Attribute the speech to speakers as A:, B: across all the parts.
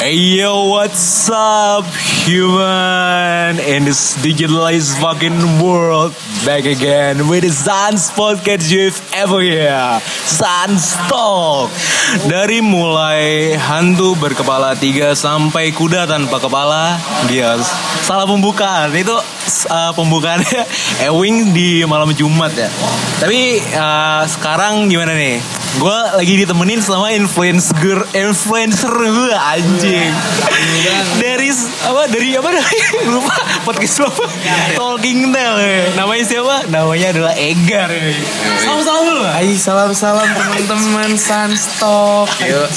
A: Hey yo, what's up, human? In this digitalized fucking world, back again with the Sans Podcast you've ever hear. Sans Talk. Dari mulai hantu berkepala 3 sampai kuda tanpa kepala, dia salah pembukaan. Itu pembukaannya Ewing di malam Jumat ya. Tapi sekarang gimana nih? Gue lagi ditemenin sama influencer gue anjing. Dari apa lupa podcast apa? Talking Tale. Namanya siapa? Namanya adalah Egar. Salam lu.
B: Hai, salam teman-teman Sunstalk.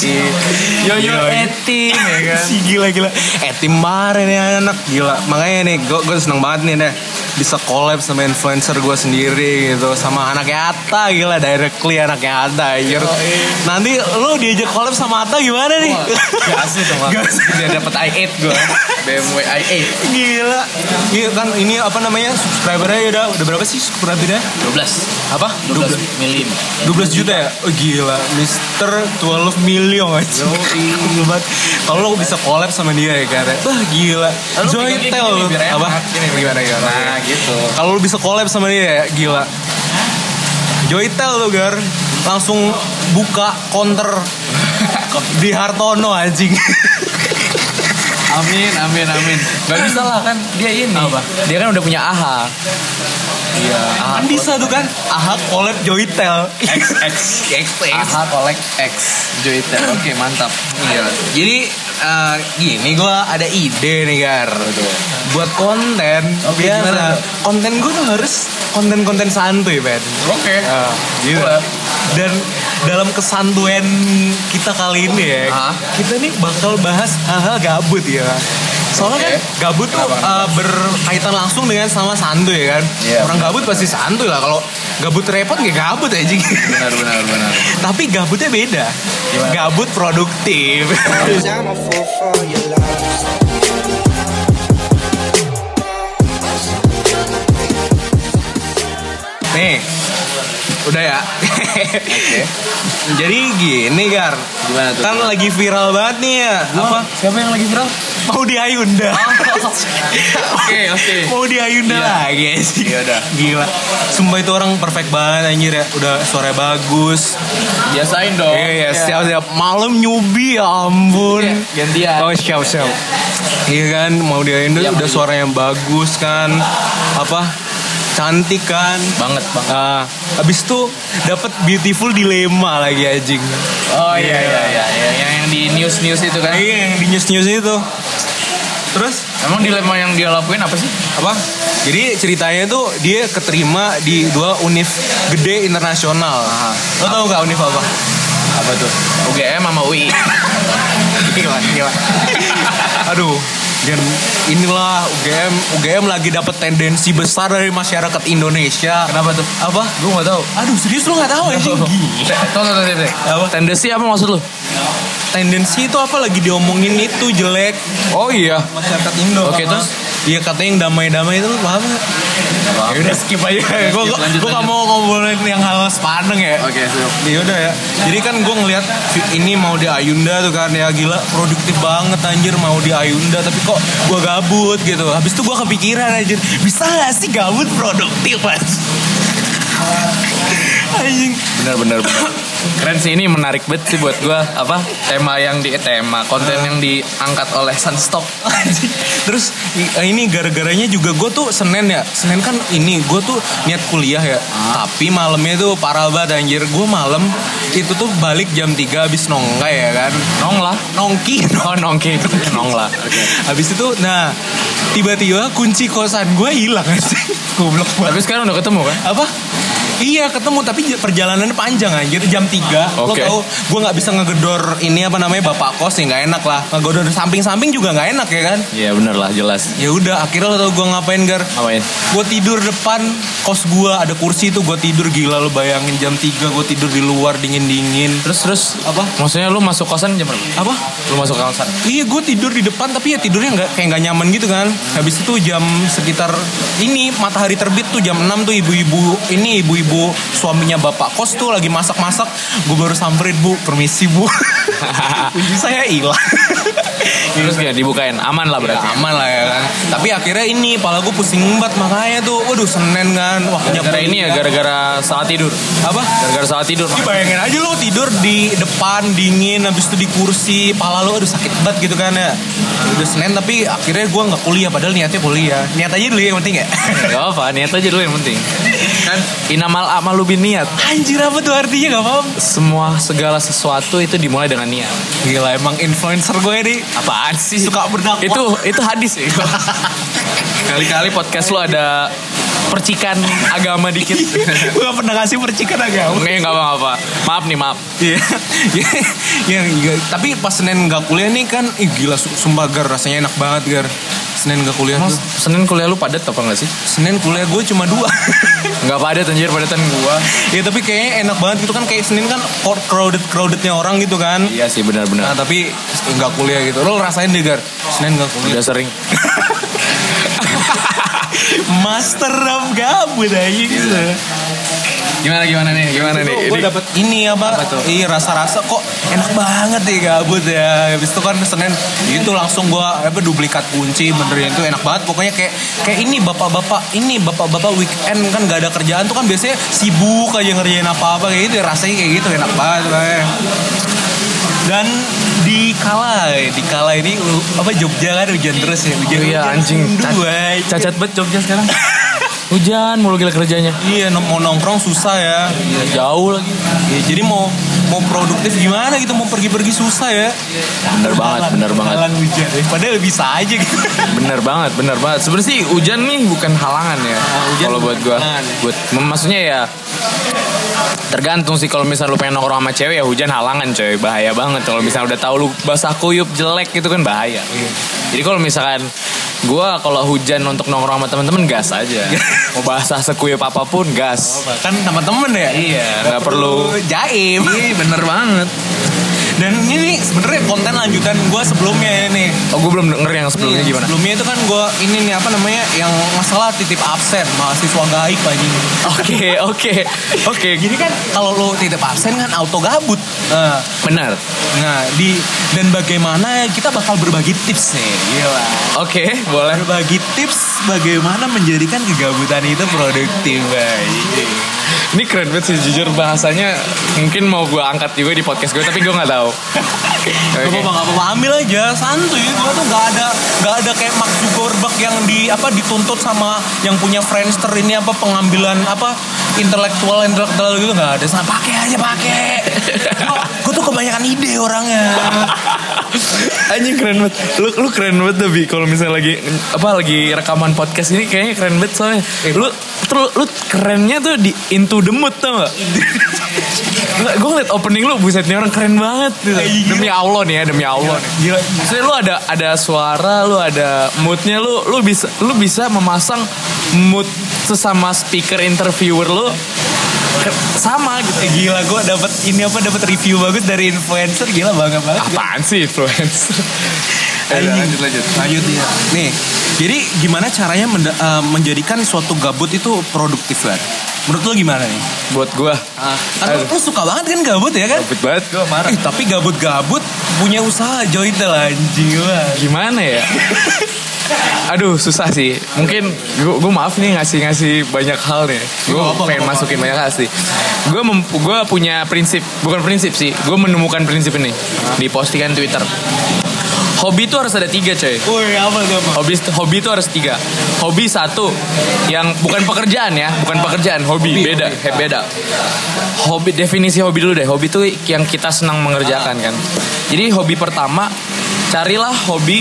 B: Yo Etim ya kan.
A: Gila. Etim kemarin ya anak gila. Makanya nih gue seneng banget nih deh bisa collab sama influencer gue sendiri gitu, sama anaknya Atta. Gila, directly anaknya Atta. Nanti lu diajak collab sama Atta gimana nih?
B: Gak asli tuh Bang. Dia dapat i8 gue. BMW i8.
A: Gila. Iya kan ini apa namanya? Subscribernya udah berapa sih subscribernya?
B: 12.
A: Apa?
B: 12 milim.
A: 12 juta ya? Oh gila, Mister 12 million aja. Gila banget. Kalau lo bisa collab sama dia ya kan? Wah gila. Joytel lo. Apa?
B: Ini gimana? Nah gitu.
A: Kalau lo bisa collab sama dia ya, gila. Joytel lo Gar. Langsung buka counter di Hartono anjing.
B: Amin. Gak bisa lah kan dia ini.
A: Apa?
B: Dia kan udah punya AHA.
A: Iya. Kan bisa tuh kan. AHA collab Joytel.
B: X. AHA collect X Joytel. Oke, mantap.
A: Iya. Jadi gini gue ada ide nih Gar. Buat konten. Biasa.
B: Gimana?
A: Konten gue tuh harus konten-konten santuy Ben.
B: Oke.
A: Gitu. Dan dalam kesantuan kita kali ini ya, kita nih bakal bahas hal-hal gabut ya. Soalnya kan gabut tuh berkaitan langsung dengan sama santuy ya kan. Orang gabut pasti santuy lah. Kalau gabut repot gak gabut aja.
B: Benar.
A: Tapi gabutnya beda. Gimana? Gabut produktif. Nih, udah ya.
B: Oke.
A: Jadi gini Gar.
B: Gimana tuh?
A: Kan lagi viral banget nih ya. Apa?
B: Siapa yang lagi viral?
A: Mau di Ayunda.
B: Oke.
A: Mau di Ayunda lagi sih.
B: Iya udah.
A: Gila. Sumpah itu orang perfect banget anjir ya. Udah suaranya bagus.
B: Biasain dong.
A: Iya, siap. Malam nyubi ya ampun.
B: Gantian.
A: Oh, siap. Iya kan, mau di Ayunda udah suaranya bagus kan. Apa? Cantik kan
B: Banget.
A: Abis itu dapat beautiful dilema lagi anjing.
B: Oh iya. Yang di news itu kan.
A: Iya, yang di news itu. Terus
B: Emang dilema yang dia lakuin apa sih?
A: apa? Jadi ceritanya tuh dia keterima di 2 univ gede internasional. Lo tau gak univ apa?
B: Apa tuh? UGM sama UI.
A: Gila. Aduh. Dan inilah UGM lagi dapat tendensi besar dari masyarakat Indonesia.
B: Kenapa tuh?
A: Apa?
B: Gue gak tahu.
A: Aduh, serius lu gak tahu ya?
B: Apa? Tendensi apa maksud lu?
A: Tendensi itu apa lagi diomongin itu jelek.
B: Oh iya.
A: Masyarakat Indo.
B: Oke, terus?
A: Iya katanya yang damai-damai itu lu paham gak? Ya udah skip aja. Gue gak mau ngobrolin yang hal sepaneng ya.
B: Oke, siap.
A: Ya udah ya. Jadi kan gue ngeliat ini mau di Ayunda tuh kan ya, gila produktif banget anjir mau di Ayunda, tapi kok gue gabut gitu. Habis itu gue kepikiran anjir, bisa gak sih gabut produktif anjing.
B: Benar. Keren sih, ini menarik banget sih buat gue. Apa konten yang diangkat oleh Sunstalk.
A: Terus ini gara-garanya juga gue tuh Senin kan ini gue tuh niat kuliah ya. Tapi malamnya tuh parah banget anjir. Gue malam itu tuh balik jam 3 habis nongka ya kan. Nongki.
B: Nongla.
A: Habis itu nah tiba-tiba kunci kosan gue hilang aja. Goblok banget.
B: Tapi sekarang udah ketemu kan?
A: Apa? Iya ketemu, tapi perjalanannya panjang anjir, jam 3. Lo tau gue gak bisa ngegedor ini apa namanya bapak kos ya, gak enak lah. Ngegedor samping-samping juga gak enak ya kan.
B: Iya bener lah, jelas.
A: Ya udah akhirnya lo tau gue ngapain Gar?
B: Ngapain?
A: Gue tidur depan kos gue, ada kursi tuh gue tidur. Gila lo bayangin jam 3 gue tidur di luar dingin-dingin.
B: Terus
A: apa?
B: Maksudnya lu masuk kosan jam berapa?
A: Apa?
B: Lu masuk kosan?
A: Iya gue tidur di depan, tapi ya tidurnya kayak gak nyaman gitu kan. Habis itu jam sekitar ini matahari terbit tuh jam 6 tuh ibu-ibu suaminya bapak kos tuh lagi masak-masak. Gue baru samperin, Bu, permisi Bu. Kunci saya hilang.
B: Terus kayak dibukain, aman lah berarti.
C: Ya, aman lah ya kan. Tapi akhirnya ini pala gue pusing banget makanya tuh. Waduh Senin kan waktunya
B: Gara-gara ini ya, gara-gara saat tidur.
C: apa?
B: Gara-gara saat tidur.
C: Ih, bayangin aja lo tidur di depan dingin habis itu di kursi pala lo aduh sakit banget gitu kan ya. Udah Senin tapi akhirnya gue nggak kuliah padahal niatnya kuliah. Niat aja dulu yang penting ya.
B: Gak apa, niat aja dulu yang penting. Kan inamal a'malu bin niat.
C: Anjir apa tuh artinya gak paham.
B: Semua segala sesuatu itu dimulai dengan niat.
C: Gila emang influencer gue nih.
B: Apaan sih?
C: Suka berdakwah.
B: Itu hadis ya. Kali-kali podcast lo ada percikan agama dikit.
C: Gue gak pernah ngasih percikan agama.
B: Oke, nggak apa-apa. Maaf nih, maaf.
C: Iya, iya. Tapi pas Senin gak kuliah nih kan, gila sumpah Gar rasanya enak banget Gar. Senin gak kuliah
B: Mas,
C: tuh.
B: Senin kuliah lu padat apa enggak sih?
C: Senin kuliah gue cuma 2.
B: Enggak padat anjir, padatan gua.
C: Ya tapi kayaknya enak banget gitu kan kayak Senin kan crowdednya orang gitu kan.
B: Iya sih, benar-benar.
C: Nah tapi nggak kuliah gitu. Lo rasain deh Gar. Senin nggak kuliah.
B: Udah sering.
C: Master of gabut aja gitu.
B: Gimana nih?
C: Gue dapet ini apa
B: tuh?
C: Iya rasa-rasa kok enak banget nih gabut ya. Habis itu kan Senin itu langsung gue duplikat kunci benerin itu enak banget. Pokoknya kayak ini bapak-bapak weekend kan gak ada kerjaan tuh kan biasanya sibuk aja ngerjain apa-apa kayak gitu. Rasanya kayak gitu enak banget lah. Dan di kala ini apa Jogja kan hujan terus ya.
B: Iya anjing. Cacat banget Jogja sekarang. Hujan mulu gila kerjanya.
C: Iya mau nongkrong susah ya.
B: Jauh lagi.
C: Ya, jadi mau produktif gimana gitu, mau pergi-pergi susah ya.
B: Bener banget.
C: Halang hujan. Padahal bisa aja gitu.
B: Bener banget. Sebenarnya sih hujan nih bukan halangan ya. Kalau buat gua, maksudnya ya tergantung sih. Kalau misalnya lu pengen nongkrong sama cewek ya hujan halangan coy, bahaya banget. Kalau misalnya udah tahu lu basah kuyup jelek gitu kan bahaya. Jadi kalau misalkan gua kalau hujan untuk nongkrong sama teman-teman gas aja. Mau basah sekuyup apapun gas.
C: Kan sama temen ya.
B: Iya, nggak perlu
C: jaim.
B: Iya, bener banget.
C: Dan ini sebenarnya konten lanjutan gue sebelumnya ini.
B: Oh, gue belum denger yang sebelumnya gimana?
C: Sebelumnya itu kan gue ini nih apa namanya yang masalah titip absen mahasiswa gaib anjing.
B: Oke.
C: Jadi kan kalau lo titip absen kan auto gabut.
B: Benar.
C: Nah, dan bagaimana kita bakal berbagi tips nih. Gila.
B: Oke, boleh.
C: Berbagi tips bagaimana menjadikan kegabutan itu produktif, anjing.
B: Ini keren banget sih jujur bahasanya. Mungkin mau gue angkat juga di podcast gue tapi gue nggak tahu.
C: Gak apa-apa, ambil aja santuy. Gue tuh gak ada kayak Mark Zuckerberg yang dituntut sama yang punya Friendster ini pengambilan intelektual gitu nggak ada. Sama pakai. Gue tuh kebanyakan ide orangnya.
B: Anjing keren banget. Lu keren banget tapi kalau misalnya lagi rekaman podcast ini kayaknya keren banget soalnya. Lu kerennya tuh di into the mood tau gak? Gue ngeliat opening lu buset nih orang keren banget gitu. Demi Allah nih ya, demi Allah.
C: Gila.
B: Maksudnya lu ada suara, lu ada moodnya, lu bisa memasang mood sesama speaker interviewer lu sama gitu.
C: Gila, gue dapat review bagus dari influencer. Gila, bangga banget.
B: Apaan sih influencer?
C: Lanjut ya. Nih, jadi gimana caranya menjadikan suatu gabut itu produktif kan? Menurut lo gimana nih?
B: Buat gue
C: Kan lo suka banget kan gabut ya kan?
B: gabut banget gue marah.
C: Tapi gabut punya usaha Jointel anjing gue.
B: Gimana ya? Aduh susah sih. Mungkin gue maaf nih ngasih banyak hal nih. Gue pengen masukin banyak hal sih. Gue punya prinsip, bukan prinsip sih. Gue menemukan prinsip ini di postingan Twitter. Hobi itu harus ada 3 coy.
C: Woi apa?
B: Hobi itu harus 3. Hobi 1 yang bukan pekerjaan ya, bukan pekerjaan. Hobi beda. Hobi, definisi hobi dulu deh. Hobi itu yang kita senang mengerjakan kan. Jadi hobi pertama, carilah hobi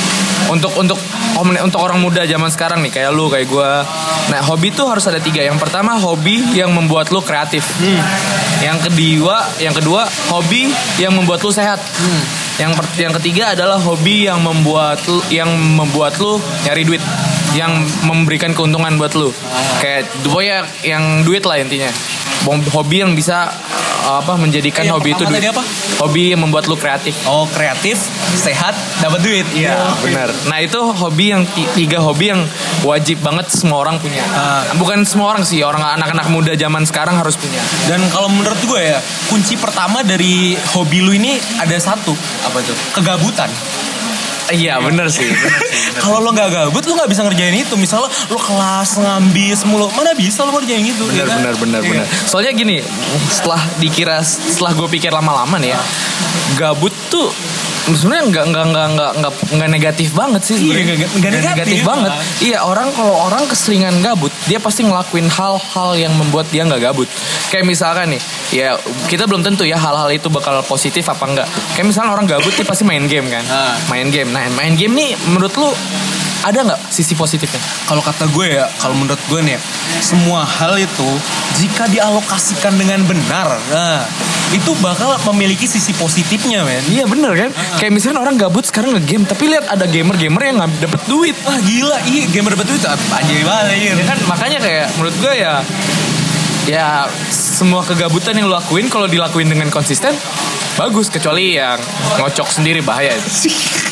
B: untuk orang muda zaman sekarang nih kayak lu kayak gue. Nah hobi tuh harus ada 3. Yang pertama hobi yang membuat lu kreatif. Yang kedua hobi yang membuat lu sehat. Yang ketiga adalah hobi yang membuat lu nyari duit, yang memberikan keuntungan buat lu. Kayak pokoknya yang duit lah intinya. Hobi yang bisa menjadikan hobi itu duit. Hobi yang membuat lu kreatif.
C: Oh, kreatif, sehat, dapat duit.
B: Iya, benar. Nah, itu hobi yang 3 hobi yang wajib banget semua orang punya. Bukan semua orang sih, anak-anak muda zaman sekarang harus punya.
C: Dan kalau menurut gue ya, kunci pertama dari hobi lu ini ada 1.
B: Apa tuh?
C: Kegabutan.
B: Iya bener sih.
C: Kalau lo nggak gabut, lo nggak bisa ngerjain itu. Misalnya lo kelas ngambis mulu, mana bisa lo ngerjain itu?
B: Bener. Soalnya gini, setelah gue pikir lama-lama nih ya, gabut tuh sebenarnya nggak negatif banget sih.
C: Iya, nggak negatif
B: banget. Iya, kalau orang keseringan gabut, dia pasti ngelakuin hal-hal yang membuat dia nggak gabut. Kayak misalkan nih, ya kita belum tentu ya hal-hal itu bakal positif apa enggak. Kayak misalnya orang gabut dia pasti main game kan. Main game. Nah, main game nih menurut lu ada nggak sisi positifnya?
C: Kalau kata gue ya, kalau menurut gue nih, semua hal itu jika dialokasikan dengan benar, nah itu bakal memiliki sisi positifnya, men.
B: Iya bener kan? Kayak misalnya orang gabut sekarang nge-game, tapi lihat ada gamer-gamer yang dapet duit.
C: Wah gila, iya gamer dapet duit anjir banget.
B: Ya kan makanya kayak menurut gue ya semua kegabutan yang lo lakuin kalau dilakuin dengan konsisten bagus, kecuali yang ngocok sendiri bahaya itu.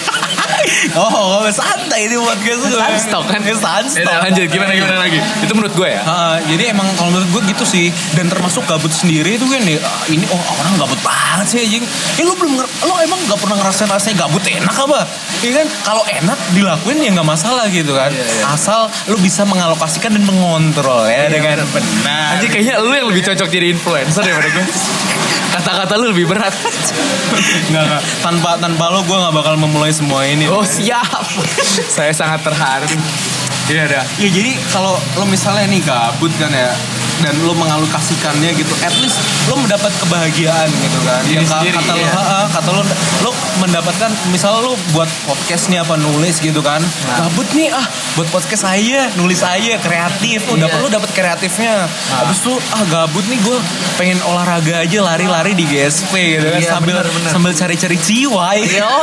C: Oh, santai ini buat gue.
B: Sunstok kan?
C: Sunstok.
B: Lanjut, gimana lagi? Itu menurut gue ya.
C: Jadi emang kalau menurut gue gitu sih. Dan termasuk gabut sendiri itu kan ini orang gabut banget sih anjing. Lo emang gak pernah ngerasain rasanya gabut enak apa? Iya kan? Kalau enak dilakuin ya nggak masalah gitu kan. Iya. Asal lo bisa mengalokasikan dan mengontrol ya dengan benar.
B: Anjing kayaknya lo yang lebih cocok jadi influencer daripada gue. Kata-kata lu lebih berat.
C: Nggak. Tanpa lo gue gak bakal memulai semua ini.
B: Oh siap. Saya sangat terharu.
C: Iya dah. Ya jadi kalau lo misalnya nih gabut kan ya, dan lo mengalokasikannya gitu, at least lo mendapat kebahagiaan gitu kan. Yang kata lo mendapatkan, misalnya lo buat podcast nih apa nulis gitu kan. Gabut nih buat podcast saya, nulis saya kreatif. Lo dapat kreatifnya. Habis itu gabut nih gue pengen olahraga aja, lari-lari di GSP gitu kan. Sambil cari-cari ciwai.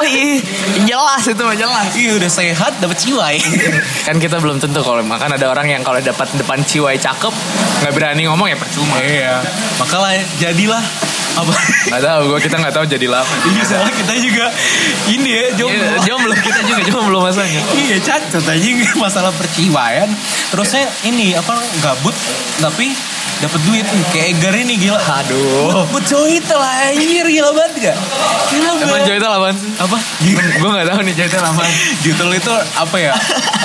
B: Jelas itu mah jelas.
C: Iya udah sehat dapat ciwai.
B: Kan kita belum tentu kalau makan, ada orang yang kalau dapat depan ciwai cakep nggak berani ngomong ya percuma.
C: Iya. Makanya jadilah apa?
B: Nggak tahu, kita nggak tahu jadilah apa.
C: Iya soalnya kita juga ini ya jomblo.
B: Kita juga jomblo masanya.
C: Iya cacat aja masalah perciwaian. Terusnya ini apa gabut tapi dapat duit kayak Egar ini gila.
B: Aduh.
C: Buat Joytel anjir gila banget gak? Gila banget.
B: Emang Joytel apaan sih?
C: Apa?
B: Gue gak tahu nih Joytel apaan.
C: Joytel itu apa ya?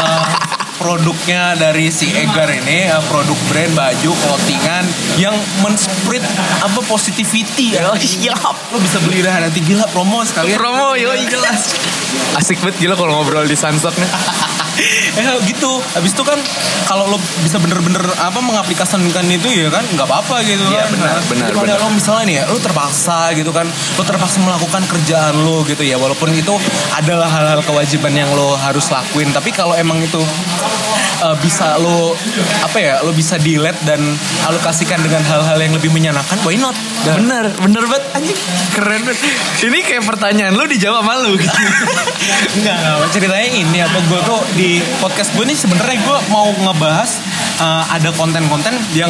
C: Produknya dari si Egar ini, produk brand baju clothingan yang men-spread apa positivity.
B: Siap.
C: Lo bisa beli dah nanti gila promo sekalian.
B: Promo jelas. Asik banget gila kalau ngobrol di Sunstok nih.
C: Gitu. Habis itu kan kalau lo bisa bener-bener mengaplikasikan itu ya kan nggak apa-apa gitu kan.
B: Benar.
C: Lo misalnya nih ya, lo terpaksa gitu kan, lo terpaksa melakukan kerjaan lo gitu ya, walaupun itu adalah hal-hal kewajiban yang lo harus lakuin. Tapi kalau emang itu bisa lo lo bisa delete dan alokasikan dengan hal-hal yang lebih menyenangkan, why not?
B: Bener banget anjing, keren banget. Ini kayak pertanyaan lo dijawab sama lo gitu.
C: Enggak, ceritanya ini gue tuh di podcast gue nih sebenarnya gue mau ngebahas ada konten-konten yang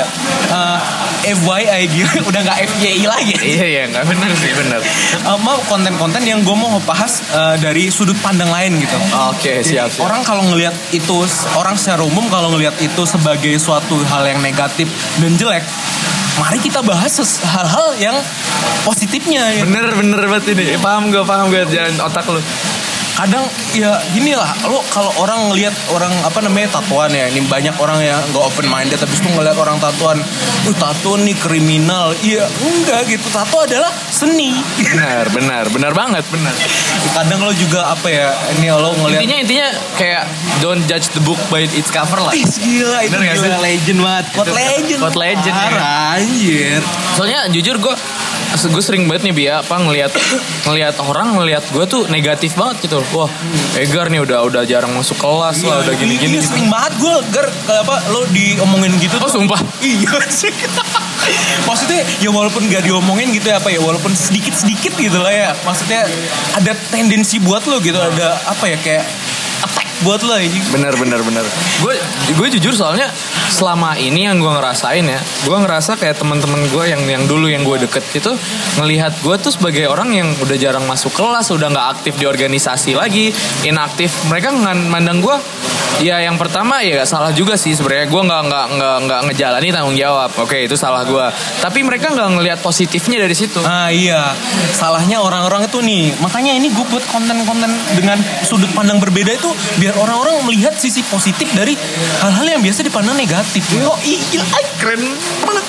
C: FYI gitu, udah nggak FYI lagi.
B: Iya nggak benar sih benar.
C: Mau konten-konten yang gue mau bahas dari sudut pandang lain gitu.
B: Oke, siap.
C: Orang kalau ngelihat itu, orang secara umum kalau ngelihat itu sebagai suatu hal yang negatif dan jelek, mari kita bahas hal-hal yang positifnya. Ya.
B: Bener banget ini. Paham gue jalan otak lu.
C: Kadang ya gini lah, lo kalau orang ngelihat orang tatoan ya, ini banyak orang yang gak open minded tapi itu ngelihat orang tatoan, tato nih kriminal. Iya enggak gitu, tato adalah seni.
B: Benar banget.
C: Kadang lo juga ini lo ngelihat
B: intinya kayak don't judge the book by its cover lah.
C: Gila itu gila, legend banget. Quote legend. Anjir.
B: Soalnya jujur gue sering banget nih ngelihat orang ngelihat gue tuh negatif banget gitu. Wah, Egar nih udah jarang masuk kelas lah, udah gini-gini.
C: Iya, sering banget gue lo diomongin gitu.
B: Oh, sumpah.
C: Iya sih. Maksudnya ya walaupun gak diomongin gitu walaupun sedikit-sedikit gitu lah ya. Maksudnya ada tendensi buat lo gitu, ada kayak attack buat lo ini.
B: Bener. Gue jujur soalnya selama ini yang gue ngerasain ya, gue ngerasa kayak teman-teman gue yang dulu yang gue deket itu ngelihat gue tuh sebagai orang yang udah jarang masuk kelas, udah nggak aktif di organisasi lagi, inaktif. Mereka mandang gue, ya yang pertama ya salah juga sih sebenarnya. Gue nggak ngejalani tanggung jawab. Oke, itu salah gue. Tapi mereka nggak ngelihat positifnya dari situ.
C: Iya, salahnya orang-orang itu nih. Makanya ini gue buat konten-konten dengan sudut pandang berbeda itu biar orang-orang melihat sisi positif dari hal-hal yang biasa dipandang negatif.
B: Oh iya, keren banget.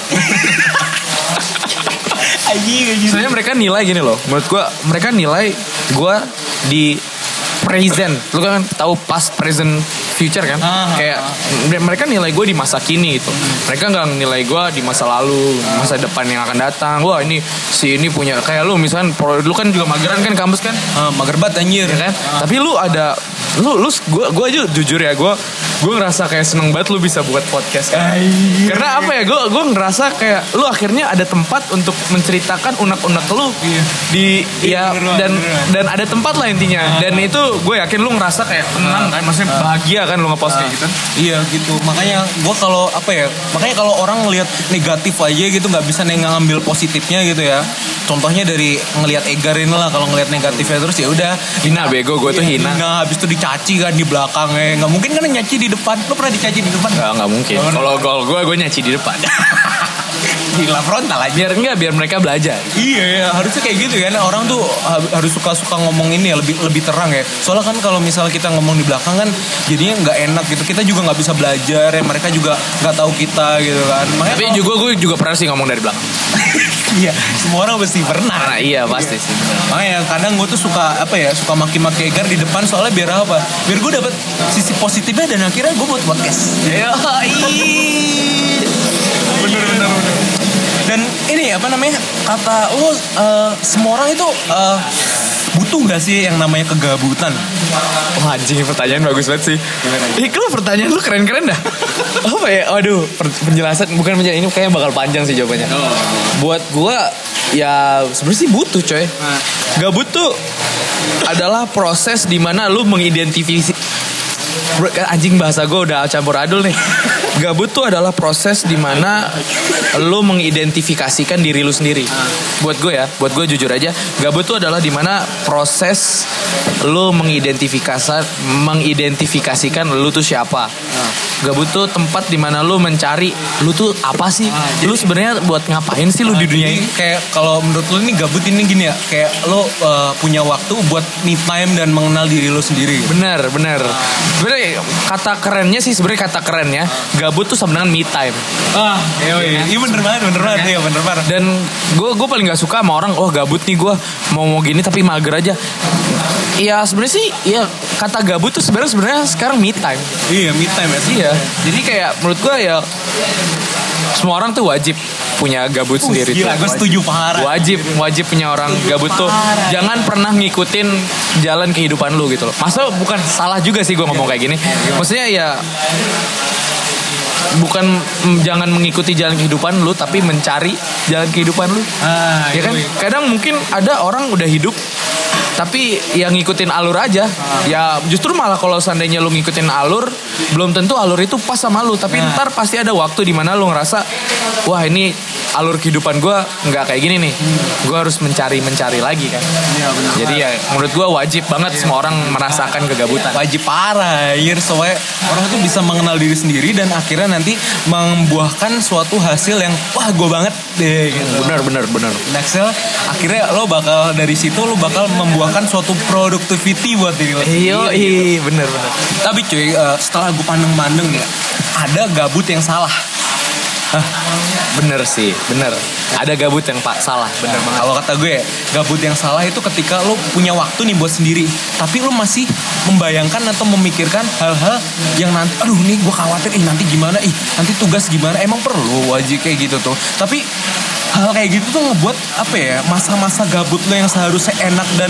B: Soalnya mereka nilai gini loh. Menurut gue, mereka nilai gue di present. Lu kan tahu past, present, future kan? Kayak mereka nilai gue di masa kini gitu. Mereka nggak nilai gue di masa lalu, masa depan yang akan datang. Wah ini si ini punya kayak lu misalkan, lu kan juga mageran kan kampus kan?
C: Mager banget anjir
B: ya kan? Tapi lu ada gue aja jujur ya, gue ngerasa kayak seneng banget lu bisa buat podcast kan. Karena apa ya, gue ngerasa kayak lu akhirnya ada tempat untuk menceritakan unek-unek lu di dan ada tempat lah intinya. Dan itu gue yakin lu ngerasa kayak tenang kan, maksudnya bahagia kan lu ngepost kayak gitu.
C: Iya gitu. Makanya gue kalau makanya kalau orang ngelihat negatif aja gitu nggak bisa ngambil positifnya gitu ya. Contohnya dari ngelihat Egar ini lah, kalau ngelihat negatifnya terus ya udah
B: hina bego, gue tuh hina.
C: Habis itu dicaci kan di belakangnya. Nggak mungkin kan nyaci di depan. Lo pernah dicaci di depan?
B: Nggak mungkin. Kalau gue nyaci di depan.
C: Gila, frontal aja.
B: Biar mereka belajar.
C: Iya, harusnya kayak gitu kan. Orang tuh harus suka ngomong ini ya, lebih terang ya. Soalnya kan kalau misalnya kita ngomong di belakang kan jadinya nggak enak gitu. Kita juga nggak bisa belajar ya. Mereka juga nggak tahu kita gitu kan. Makanya
B: tapi gue juga pernah sih ngomong dari belakang.
C: Iya, semua orang pasti pernah.
B: Nah, iya pasti sih.
C: Makanya kadang gue tuh suka maki-maki Egar di depan soalnya biar apa? Biar gue dapet sisi positifnya dan akhirnya gue buat podcast. Bener. Dan ini apa namanya, kata lo semua orang itu butuh gak sih yang namanya kegabutan?
B: Wah anjing, pertanyaan bagus banget sih. Lu pertanyaan lu keren-keren dah. Apa ya? Aduh, penjelasan ini kayaknya bakal panjang sih jawabannya. Buat gua ya sebenarnya sih butuh coy. Gabut tuh adalah proses dimana lu mengidentifikasi. Anjing, bahasa gue udah campur adul nih. Gabut tuh adalah proses dimana lu mengidentifikasikan diri lu sendiri. Buat gue jujur aja, gabut tuh adalah dimana proses lu mengidentifikasikan lu tuh siapa. Gabut tuh tempat dimana lu mencari lu tuh apa sih? Lu sebenarnya buat ngapain sih lu di dunia ini?
C: Kayak kalau menurut lu ini gabut ini gini ya, kayak lu punya waktu buat me time dan mengenal diri lu sendiri.
B: Bener. Sebenarnya kata kerennya gabut tuh sama dengan me time.
C: Iya bener banget. Iya bener banget.
B: Dan gue paling nggak suka sama orang, gabut nih gue mau gini tapi mager aja. Ya sebenarnya sih, ya kata gabut tuh sebenarnya sekarang me time.
C: Iya, me time ya.
B: Iya. Jadi kayak menurut gue ya semua orang tuh wajib punya gabut sendiri.
C: Gila, gue setuju parah.
B: Wajib punya orang gabut tuh. Jangan pernah ngikutin jalan kehidupan lu gitu loh. Masa bukan salah juga sih gue ngomong kayak gini. Maksudnya ya bukan jangan mengikuti jalan kehidupan lu, tapi mencari jalan kehidupan lu. Ya kan? Kadang mungkin ada orang udah hidup tapi yang ngikutin alur aja. Ya justru malah kalau seandainya lu ngikutin alur, belum tentu alur itu pas sama lu. Tapi ntar pasti ada waktu dimana lu ngerasa, wah ini alur kehidupan gue nggak kayak gini nih. Gue harus mencari lagi kan. Jadi ya menurut gue wajib banget semua orang merasakan kegabutan.
C: Wajib parah. Soalnya orang tuh bisa mengenal diri sendiri dan akhirnya nanti membuahkan suatu hasil yang wah gue banget deh gitu.
B: Benar.
C: Next akhirnya lo bakal dari situ lo bakal membuahkan suatu productivity buat diri lo sendiri.
B: Iya, benar.
C: Tapi cuy, setelah gue pandeng-pandeng ya, ada gabut yang salah.
B: Bener sih. Ada gabut yang salah. Bener banget.
C: Kalau kata gue, gabut yang salah itu ketika lo punya waktu nih buat sendiri, tapi lo masih membayangkan atau memikirkan hal-hal yang nanti, aduh nih gue khawatir, nanti gimana, nanti tugas gimana, emang perlu wajib kayak gitu tuh. Tapi hal kayak gitu tuh ngebuat apa ya, masa-masa gabut lo yang seharusnya enak dan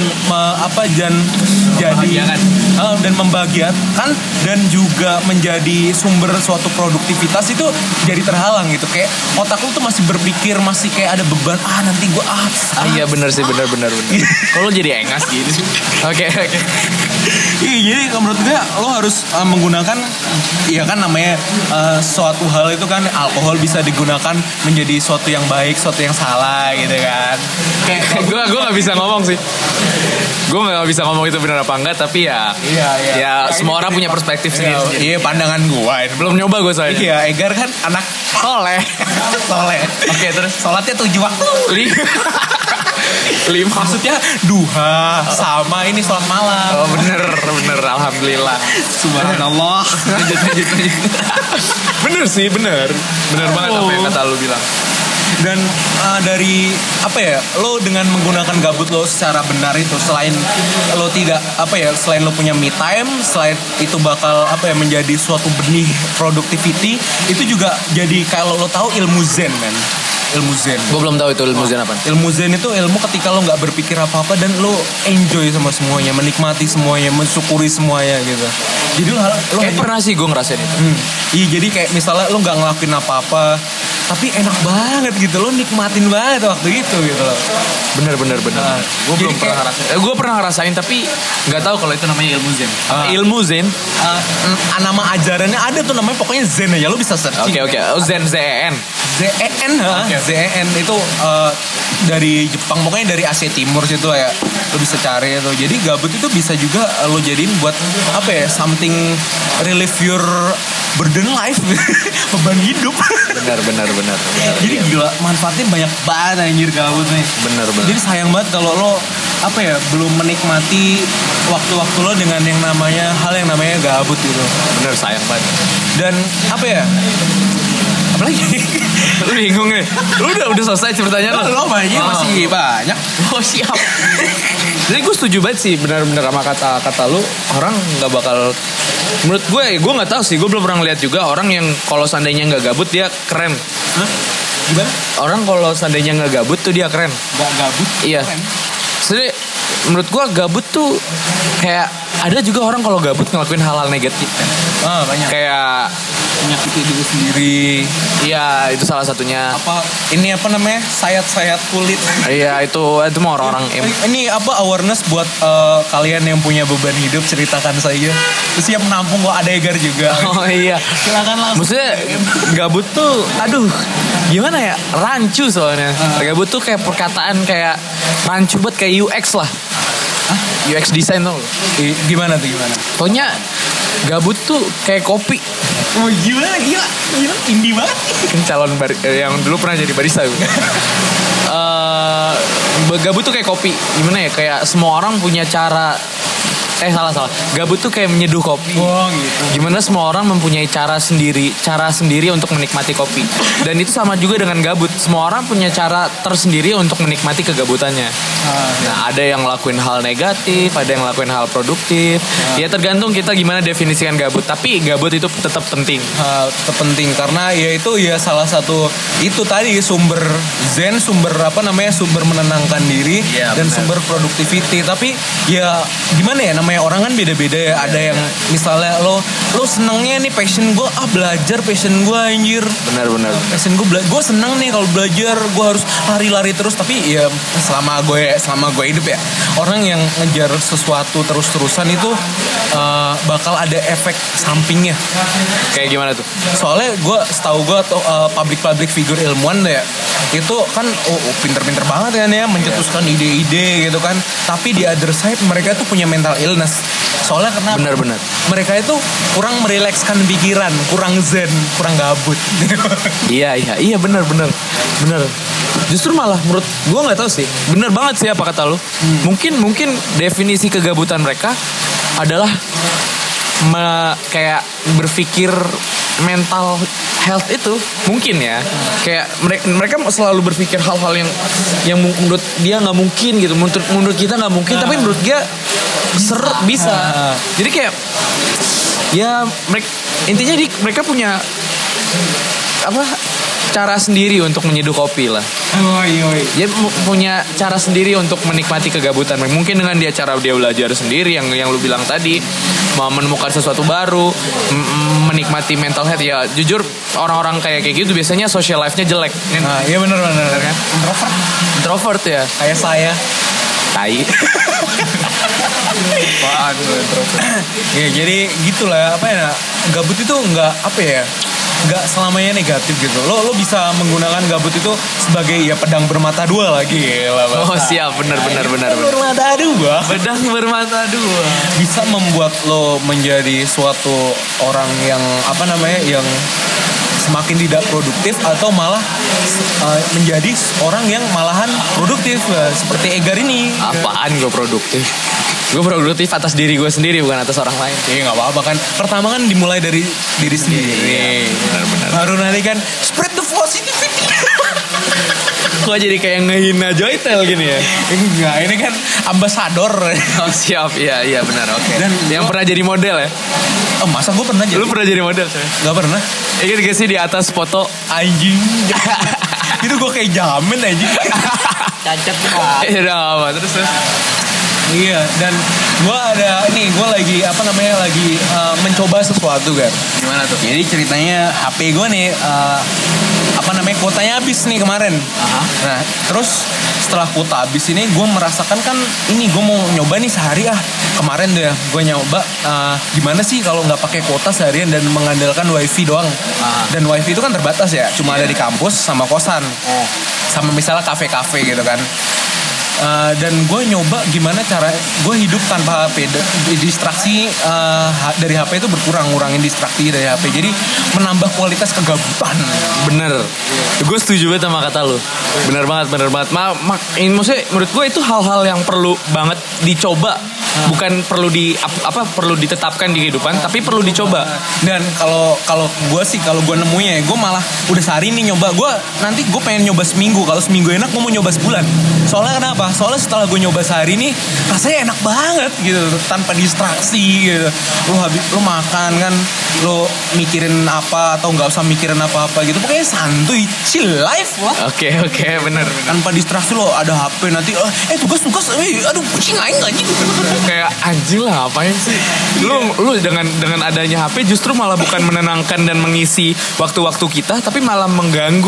C: dan membahagiakan dan juga menjadi sumber suatu produktivitas itu jadi terhalang gitu. Kayak otak lo tuh masih berpikir, masih kayak ada beban, nanti gue
B: iya bener sih, bener. Kalau jadi engas gitu. Oke.
C: Iya, jadi menurut gue lo harus menggunakan, ya kan namanya suatu hal itu kan alkohol bisa digunakan menjadi suatu yang baik, suatu yang salah gitu kan. Kayak
B: gue nggak bisa ngomong sih. Gue nggak bisa ngomong itu benar apa enggak, tapi ya ya semua orang punya perspektif sendiri.
C: Iya, pandangan gue.
B: Belum nyoba gue soalnya.
C: Iya, Egar kan anak soleh.
B: Oke, terus
C: sholatnya 7 waktu.
B: 5.
C: Maksudnya duha sama ini sholat malam.
B: Oh bener, alhamdulillah.
C: Subhanallah.
B: Lanjut. Bener sih, bener banget apa yang kata lu bilang.
C: Dan dari apa ya, lo dengan menggunakan gabut lo secara benar itu, selain lo tidak apa ya, selain lo punya me time, selain itu bakal apa ya, menjadi suatu benih productivity, itu juga jadi kalau lo tahu ilmu zen, men. Ilmu zen.
B: Gue belum tahu itu ilmu zen apa.
C: Ilmu zen itu ilmu ketika lo nggak berpikir apa-apa dan lo enjoy sama semuanya, menikmati semuanya, mensyukuri semuanya gitu. Jadi lo
B: kayak pernah sih gue ngerasain itu.
C: Iya, jadi kayak misalnya lo nggak ngelakuin apa-apa, tapi enak banget gitu, lo nikmatin banget waktu itu gitu loh.
B: Bener. Gue belum pernah ngerasain. Gue pernah ngerasain tapi nggak tahu kalau itu namanya ilmu zen. Ilmu zen.
C: Nama ajarannya ada tuh, namanya pokoknya zen aja, lo bisa searching.
B: Oke. Oh, zen, ZEN.
C: ZEN itu dari Jepang, pokoknya dari Asia Timur situ ya, lo bisa cari itu. Jadi gabut itu bisa juga lo jadiin buat apa ya, something relieve your burden life, beban hidup.
B: Benar.
C: Jadi gila, manfaatnya banyak banget anjir gabut nih.
B: Benar.
C: Jadi sayang banget kalau lo apa ya, belum menikmati waktu-waktu lo dengan yang namanya gabut gitu.
B: Bener, sayang banget.
C: Dan apa ya, apalagi
B: lu bingung nih. Lu udah selesai ceritanya
C: lo masih banyak.
B: Oh siap. Jadi gue setuju banget sih, benar-benar sama kata lu. Orang nggak bakal, menurut gue nggak tahu sih, gue belum pernah lihat juga orang yang kalau seandainya nggak gabut dia keren.
C: Hah? Gimana?
B: Orang kalau seandainya nggak gabut tuh dia keren.
C: Nggak gabut?
B: Iya.
C: Keren.
B: Jadi menurut gue gabut tuh kayak ada juga orang kalau gabut ngelakuin hal-hal negatif kan.
C: Banyak.
B: Kayak
C: menyakiti diri sendiri.
B: Iya, itu salah satunya.
C: Ini apa namanya? Sayat-sayat kulit.
B: Iya, itu mah orang-orang.
C: Ini apa, awareness buat kalian yang punya beban hidup, ceritakan saja. Siap menampung kok, ada Egar juga.
B: Oh iya.
C: Silakan langsung.
B: Maksudnya gabut tuh, aduh, gimana ya? Rancu soalnya. Gabut tuh kayak perkataan kayak rancu banget, kayak UX lah. UX design tuh.
C: Gimana tuh?
B: Pokoknya gabut tuh kayak kopi.
C: Oh gila, indie banget.
B: Kan calon yang dulu pernah jadi barista gue. Gabut tuh kayak kopi. Gimana ya? Kayak semua orang punya cara. Salah. Gabut tuh kayak menyeduh kopi.
C: Oh gitu.
B: Gimana semua orang mempunyai cara sendiri untuk menikmati kopi. Dan itu sama juga dengan gabut. Semua orang punya cara tersendiri untuk menikmati kegabutannya. Nah, ada yang ngelakuin hal negatif, ada yang ngelakuin hal produktif. Ya tergantung kita gimana definisikan gabut. Tapi gabut itu tetap penting.
C: Tetap penting karena ya itu ya salah satu itu tadi sumber zen, sumber menenangkan diri, dan bener, sumber productivity. Tapi ya gimana ya, namanya orang kan beda-beda ya. Ada yang misalnya lo senengnya nih, passion gue belajar, passion gue anjir.
B: Benar.
C: Passion gue seneng nih kalau belajar, gue harus lari-lari terus. Tapi ya selama gue hidup ya, orang yang ngejar sesuatu terus-terusan itu bakal ada efek sampingnya.
B: Kayak gimana tuh?
C: Soalnya setahu gue tuh public figure ilmuwan ya, itu kan pinter-pinter banget kan ya, mencetuskan ide-ide gitu kan. Tapi di other side mereka tuh punya mental illness. Soalnya kenapa?
B: Benar.
C: Mereka itu kurang merilekskan pikiran, kurang zen, kurang gabut.
B: Iya, benar. Justru malah menurut gue nggak tahu sih. Bener banget sih apa kata lu. Mungkin definisi kegabutan mereka adalah kayak berpikir mental health itu mungkin ya. Kayak mereka selalu berpikir hal-hal yang menurut dia nggak mungkin gitu. Menurut kita nggak mungkin, tapi menurut dia bisa. Jadi kayak ya intinya mereka punya cara sendiri untuk menyeduh kopi lah. Dia punya cara sendiri untuk menikmati kegabutan. Mungkin dengan cara dia belajar sendiri yang lu bilang tadi, mau menemukan sesuatu baru, menikmati mental health. Ya jujur orang-orang kayak gitu biasanya social life-nya jelek.
C: Iya benar kan.
B: Introvert ya.
C: Kayak saya.
B: Tai. Apaan lu introvert?
C: Ya jadi gitulah apa ya, gabut itu nggak apa ya, nggak selamanya negatif gitu. Lo bisa menggunakan gabut itu sebagai ya pedang bermata dua lagi lah.
B: Oh siap, benar.
C: Bermata dua.
B: Pedang bermata dua.
C: Bisa membuat lo menjadi suatu orang yang apa namanya, yang semakin tidak produktif atau malah menjadi orang yang malahan produktif, seperti Egar ini.
B: Apaan gue produktif? Gue produktif atas diri gue sendiri, bukan atas orang lain.
C: Iya nggak apa-apa kan. Pertama kan dimulai dari diri sendiri.
B: Benar.
C: Baru nanti kan spread the positivity.
B: Kok jadi kayak ngehina Joytel gini ya?
C: Enggak, ini kan ambasador.
B: Oh siap, iya benar, oke.
C: Dan
B: yang pernah jadi model ya?
C: Oh masa gue pernah jadi?
B: Lu pernah jadi model coy?
C: Gak pernah.
B: Ingat gak sih di atas foto?
C: Anjing. Itu gue kayak jamin anjing. Cacat banget.
B: Iya udah apa, terus.
C: Iya, dan gue ada nih, gue lagi apa namanya, lagi mencoba sesuatu kan.
B: Gimana tuh?
C: Jadi ceritanya HP gue nih apa namanya, kuotanya habis nih kemarin. Nah terus setelah kuota habis ini gue merasakan kan ini, gue mau nyoba nih sehari kemarin deh gue nyoba gimana sih kalau nggak pakai kuota seharian dan mengandalkan wifi doang. Dan wifi itu kan terbatas ya, cuma ada di kampus sama kosan, sama misalnya kafe-kafe gitu kan. Dan gue nyoba gimana cara gue hidup tanpa HP. Distraksi dari HP itu berkurang, ngurangin distraksi dari HP. Jadi menambah kualitas kegabutan.
B: Bener. Gue setuju banget sama kata lu. Bener banget. Maksudnya menurut gue itu hal-hal yang perlu banget dicoba. Bukan perlu perlu ditetapkan di kehidupan, tapi perlu dicoba.
C: Dan kalau gue sih, kalau gue nemunya, gue malah udah sehari nih nyoba. Gue nanti gue pengen nyoba seminggu. Kalau seminggu enak, gue mau nyoba sebulan. Soalnya kenapa? Soalnya setelah gue nyoba sehari nih, rasanya enak banget gitu, tanpa distraksi gitu. Lo makan kan, lo mikirin apa atau nggak usah mikirin apa-apa gitu. Pokoknya santuy, chill life lah.
B: Oke, bener.
C: Tanpa distraksi, lo ada HP nanti, tugas, aduh pusing aing anjing.
B: Kayak anjing lah, apain sih? Lu dengan adanya HP justru malah bukan menenangkan dan mengisi waktu-waktu kita, tapi malah mengganggu.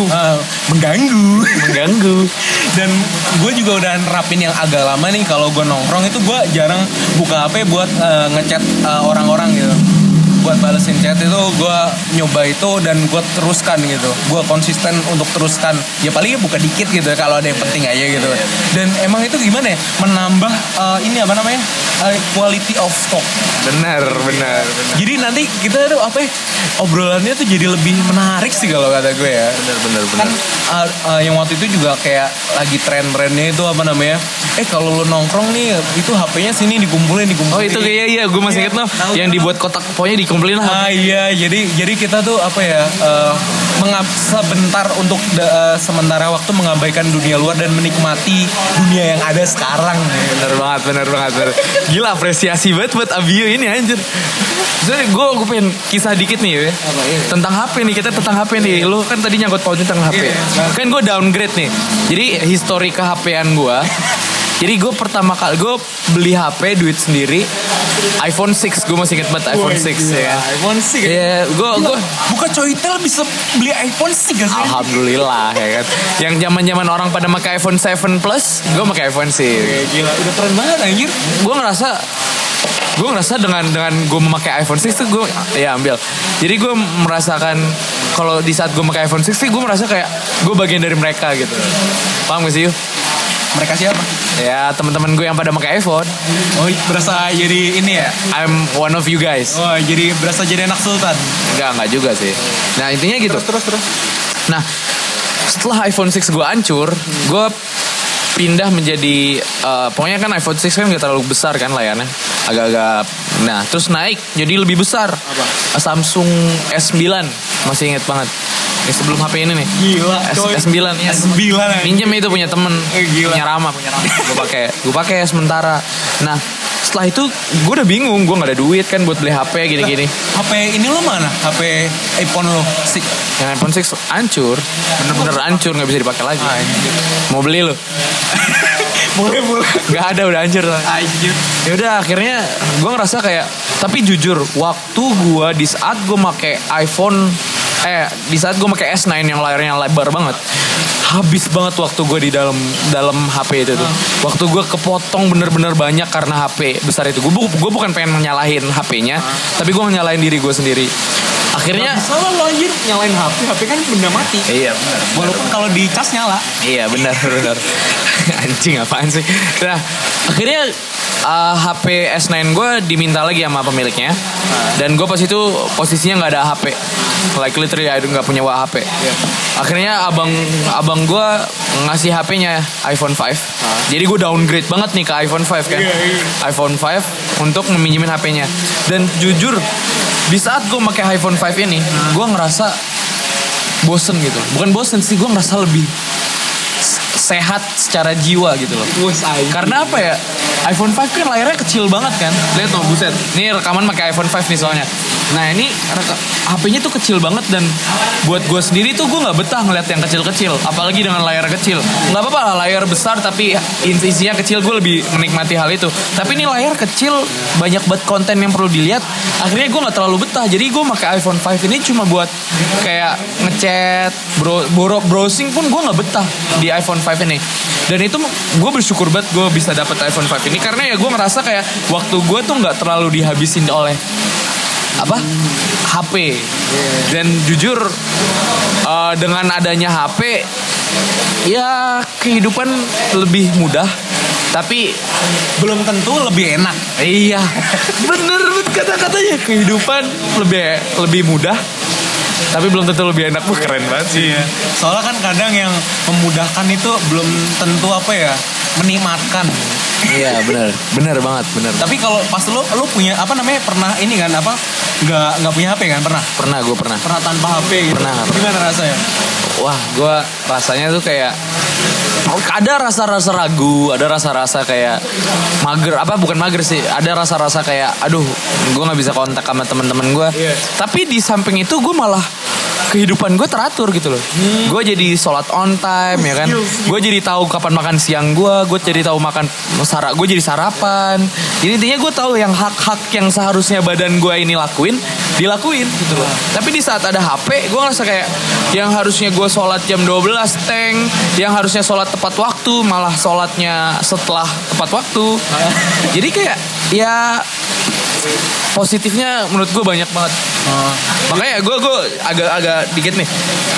B: Mengganggu.
C: Dan gue juga udah nerapin yang agak lama nih, kalau gue nongkrong itu gue jarang buka HP buat ngechat orang-orang gitu. Buat balesin chat itu gue nyoba itu, dan gue teruskan gitu. Gue konsisten untuk teruskan. Ya paling buka dikit gitu kalau ada yang penting aja gitu. Dan emang itu gimana ya, menambah ini apa namanya, quality of talk.
B: Benar.
C: Jadi nanti kita tuh apa ya, obrolannya tuh jadi lebih menarik sih kalau kata gue ya.
B: Benar.
C: Kan yang waktu itu juga kayak lagi tren-trennya itu apa namanya, kalau lu nongkrong nih itu HP-nya sini dikumpulin.
B: Oh itu iya gue masih inget loh, yang dibuat kotak, pokoknya dikumpulin lah.
C: Iya, jadi kita tuh apa ya, sebentar untuk sementara waktu mengabaikan dunia luar dan menikmati dunia yang ada sekarang.
B: Bener banget. Gila, apresiasi banget buat Abio ini anjir. Jadi gue pengen kisah dikit nih ya. Tentang HP nih, kita tentang HP nih. Lu kan tadi nyangkut pautin tentang HP. Kan gue downgrade nih. Jadi histori ke HP-an gue. Jadi gue pertama kali gue beli HP duit sendiri, iPhone 6, gue masih inget banget iPhone 6 ya.
C: iPhone 6.
B: Iya, gue
C: buka Coitel bisa beli iPhone 6 gak sih?
B: Alhamdulillah ya kan. Yang zaman orang pada pakai iPhone 7 Plus, gue pakai iPhone 6.
C: Gila, udah keren banget anjir.
B: Gue ngerasa dengan gue memakai iPhone 6 tuh gue ya ambil. Jadi gue merasakan kalau di saat gue memakai iPhone 6 gue merasa kayak gue bagian dari mereka gitu. Paham gak sih?
C: Mereka siapa?
B: Ya teman-teman gue yang pada pakai iPhone.
C: Oh, berasa jadi ini ya?
B: I'm one of you guys.
C: Oh, jadi berasa jadi anak sultan.
B: Enggak juga sih. Nah intinya gitu.
C: Terus.
B: Nah setelah iPhone 6 gue hancur, gue pindah menjadi pokoknya kan iPhone 6 kan gak terlalu besar kan layarnya, agak-agak. Nah terus naik jadi lebih besar. Apa? Samsung S9, masih inget banget. Ini sebelum HP ini nih.
C: Gila,
B: S9 ya.
C: S9 aja.
B: Minjem itu punya temen.
C: Gila.
B: Punya Rama. Gue pakai sementara. Nah setelah itu gue udah bingung, gue nggak ada duit kan buat beli HP gini-gini.
C: HP ini lo mana? HP iPhone lo?
B: Yang iPhone 6 hancur, bener-bener hancur, nggak bisa dipakai lagi. Mau beli lo?
C: Boleh.
B: Gak ada, udah hancur lah. Ya udah akhirnya gue ngerasa kayak, tapi jujur waktu gue di saat gue pakai iPhone, di saat gue pakai S9 yang layarnya lebar banget, habis banget waktu gue di dalam HP itu tuh. Waktu gue kepotong bener-bener banyak karena HP besar itu. Gue bukan pengen nyalahin HP-nya, tapi gue nyalahin diri gue sendiri. Akhirnya
C: salah lo anjir nyalain HP kan benda mati.
B: Iya benar.
C: Walaupun kalau di cas nyala.
B: Iya benar. Anjing apaan sih? Nah akhirnya HP S9 gue diminta lagi sama pemiliknya. Dan gue pas itu posisinya nggak ada HP. Like literally nggak punya HP. Akhirnya abang gue ngasih HP-nya iPhone 5. Jadi gue downgrade banget nih ke iPhone 5 kan. iPhone 5 untuk meminjemin HP-nya. Dan jujur di saat gue pakai iPhone 5 ini, gue ngerasa bosen gitu. Bukan bosen sih, gue ngerasa lebih sehat secara jiwa gitu loh. Karena apa ya? iPhone 5 kan layarnya kecil banget kan. Lihat tuh, buset. Ini rekaman pakai iPhone 5 nih soalnya. Nah ini HP-nya tuh kecil banget dan buat gue sendiri tuh gue nggak betah ngeliat yang kecil-kecil, apalagi dengan layar kecil. Nggak apa-apa lah layar besar tapi isinya kecil, gue lebih menikmati hal itu. Tapi ini layar kecil banyak banget konten yang perlu dilihat. Akhirnya gue nggak terlalu betah. Jadi gue pakai iPhone 5 ini cuma buat kayak ngechat, browsing pun gue nggak betah di iPhone 5 ini. Dan itu gue bersyukur banget gue bisa dapet iPhone 5 ini karena ya gue ngerasa kayak waktu gue tuh nggak terlalu dihabisin oleh HP. Dan jujur dengan adanya HP ya kehidupan lebih mudah, tapi
C: belum tentu lebih enak.
B: Iya bener kata-katanya, kehidupan lebih mudah tapi belum tentu lebih enak. Keren banget sih.
C: Iya. Soalnya kan kadang yang memudahkan itu belum tentu menikmatkan.
B: Iya benar banget.
C: Tapi kalau pas lu punya pernah ini kan nggak punya HP kan pernah
B: Gue pernah
C: tanpa HP gitu.
B: Pernah.
C: Gimana rasanya?
B: Wah gue rasanya tuh kayak ada rasa-rasa ragu, ada rasa-rasa kayak bukan mager sih, ada rasa-rasa kayak aduh gue nggak bisa kontak sama teman-teman gue. Tapi di samping itu gue malah kehidupan gue teratur gitu loh. Gue jadi sholat on time ya kan. Gue jadi tahu kapan makan siang gue jadi tahu gue jadi sarapan. Jadi intinya gue tahu yang hak-hak yang seharusnya badan gue ini dilakuin gitu loh. Tapi di saat ada HP gue ngerasa kayak yang harusnya gue sholat jam 12 yang harusnya sholat tepat waktu malah sholatnya setelah tepat waktu. Jadi kayak ya positifnya menurut gue banyak banget. Makanya gue agak dikit nih.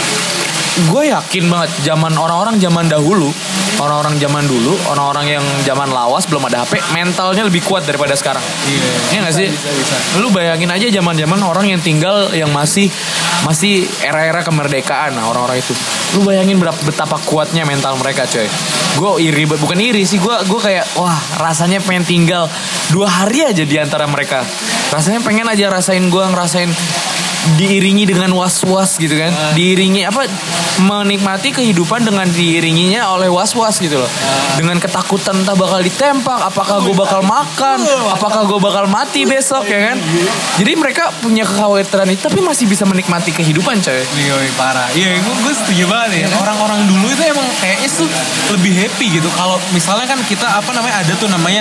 B: Gue yakin banget orang-orang zaman dulu, orang-orang yang zaman lawas belum ada HP, mentalnya lebih kuat daripada sekarang. Iya nggak sih? Bisa. Lu bayangin aja zaman orang yang tinggal yang masih era-era kemerdekaan, orang-orang itu. Lu bayangin betapa kuatnya mental mereka, coy. Gue bukan iri sih, gue kayak wah rasanya pengen tinggal 2 hari aja di antara mereka. Rasanya pengen aja ngerasain diiringi dengan was-was gitu kan. Diiringi menikmati kehidupan dengan diiringinya oleh was-was gitu loh. Dengan ketakutan entah bakal ditembak, apakah gue bakal makan, apakah gue bakal mati besok ya kan. Jadi mereka punya kekhawatiran itu tapi masih bisa menikmati kehidupan, coy.
C: Iya parah. Iya gue setuju banget ya. Orang-orang dulu itu emang kayaknya tuh lebih happy gitu. Kalau misalnya kan kita ada tuh namanya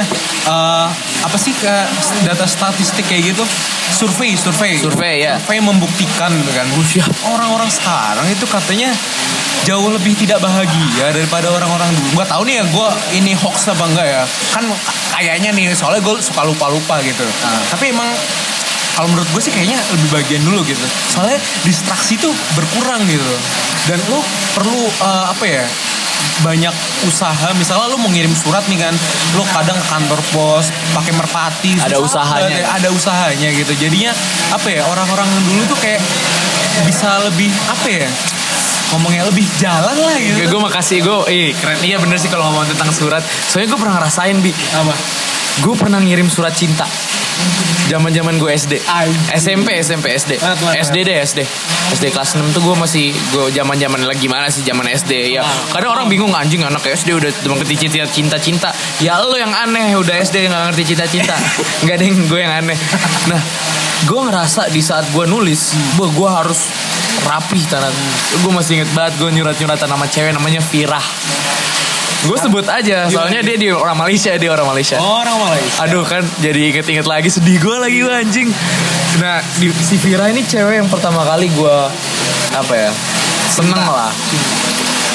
C: data statistik kayak gitu. Survei
B: ya.
C: Survei membuktikan gitu kan. Orang-orang sekarang itu katanya jauh lebih tidak bahagia daripada orang-orang dulu. Gak tahu nih ya ini hoax apa enggak ya. Kan kayaknya nih soalnya gue suka lupa-lupa gitu. Tapi emang kalau menurut gue sih kayaknya lebih bagian dulu gitu. Soalnya distraksi tuh berkurang gitu. Dan lo perlu banyak usaha. Misalnya lo mau ngirim surat nih kan, lo kadang ke kantor pos pakai merpati.
B: Ada usahanya
C: gitu. Jadinya orang-orang dulu tuh kayak bisa lebih ngomongnya lebih jalan lah gitu.
B: Gue makasih keren. Iya bener sih kalau ngomong tentang surat. Soalnya gue pernah ngerasain gue pernah ngirim surat cinta. Zaman-zaman gue SD. SMP SD. SD kelas 6 tuh gue zaman-zaman lagi gimana sih zaman SD ya. Kadang orang bingung anjing anak SD udah mengerti cinta-cinta. Ya lo yang aneh udah SD enggak ngerti cinta-cinta. Enggak deng, gue yang aneh. Nah, gue ngerasa di saat gue nulis, gue harus rapih tanah. Gue masih inget banget gue nyurat-nyuratan nama cewek namanya Firah. Gue sebut aja soalnya dia orang Malaysia.
C: Orang Malaysia.
B: Aduh kan jadi inget-inget lagi, sedih gue lagi anjing. Nah si Vira ini cewek yang pertama kali gue seneng lah.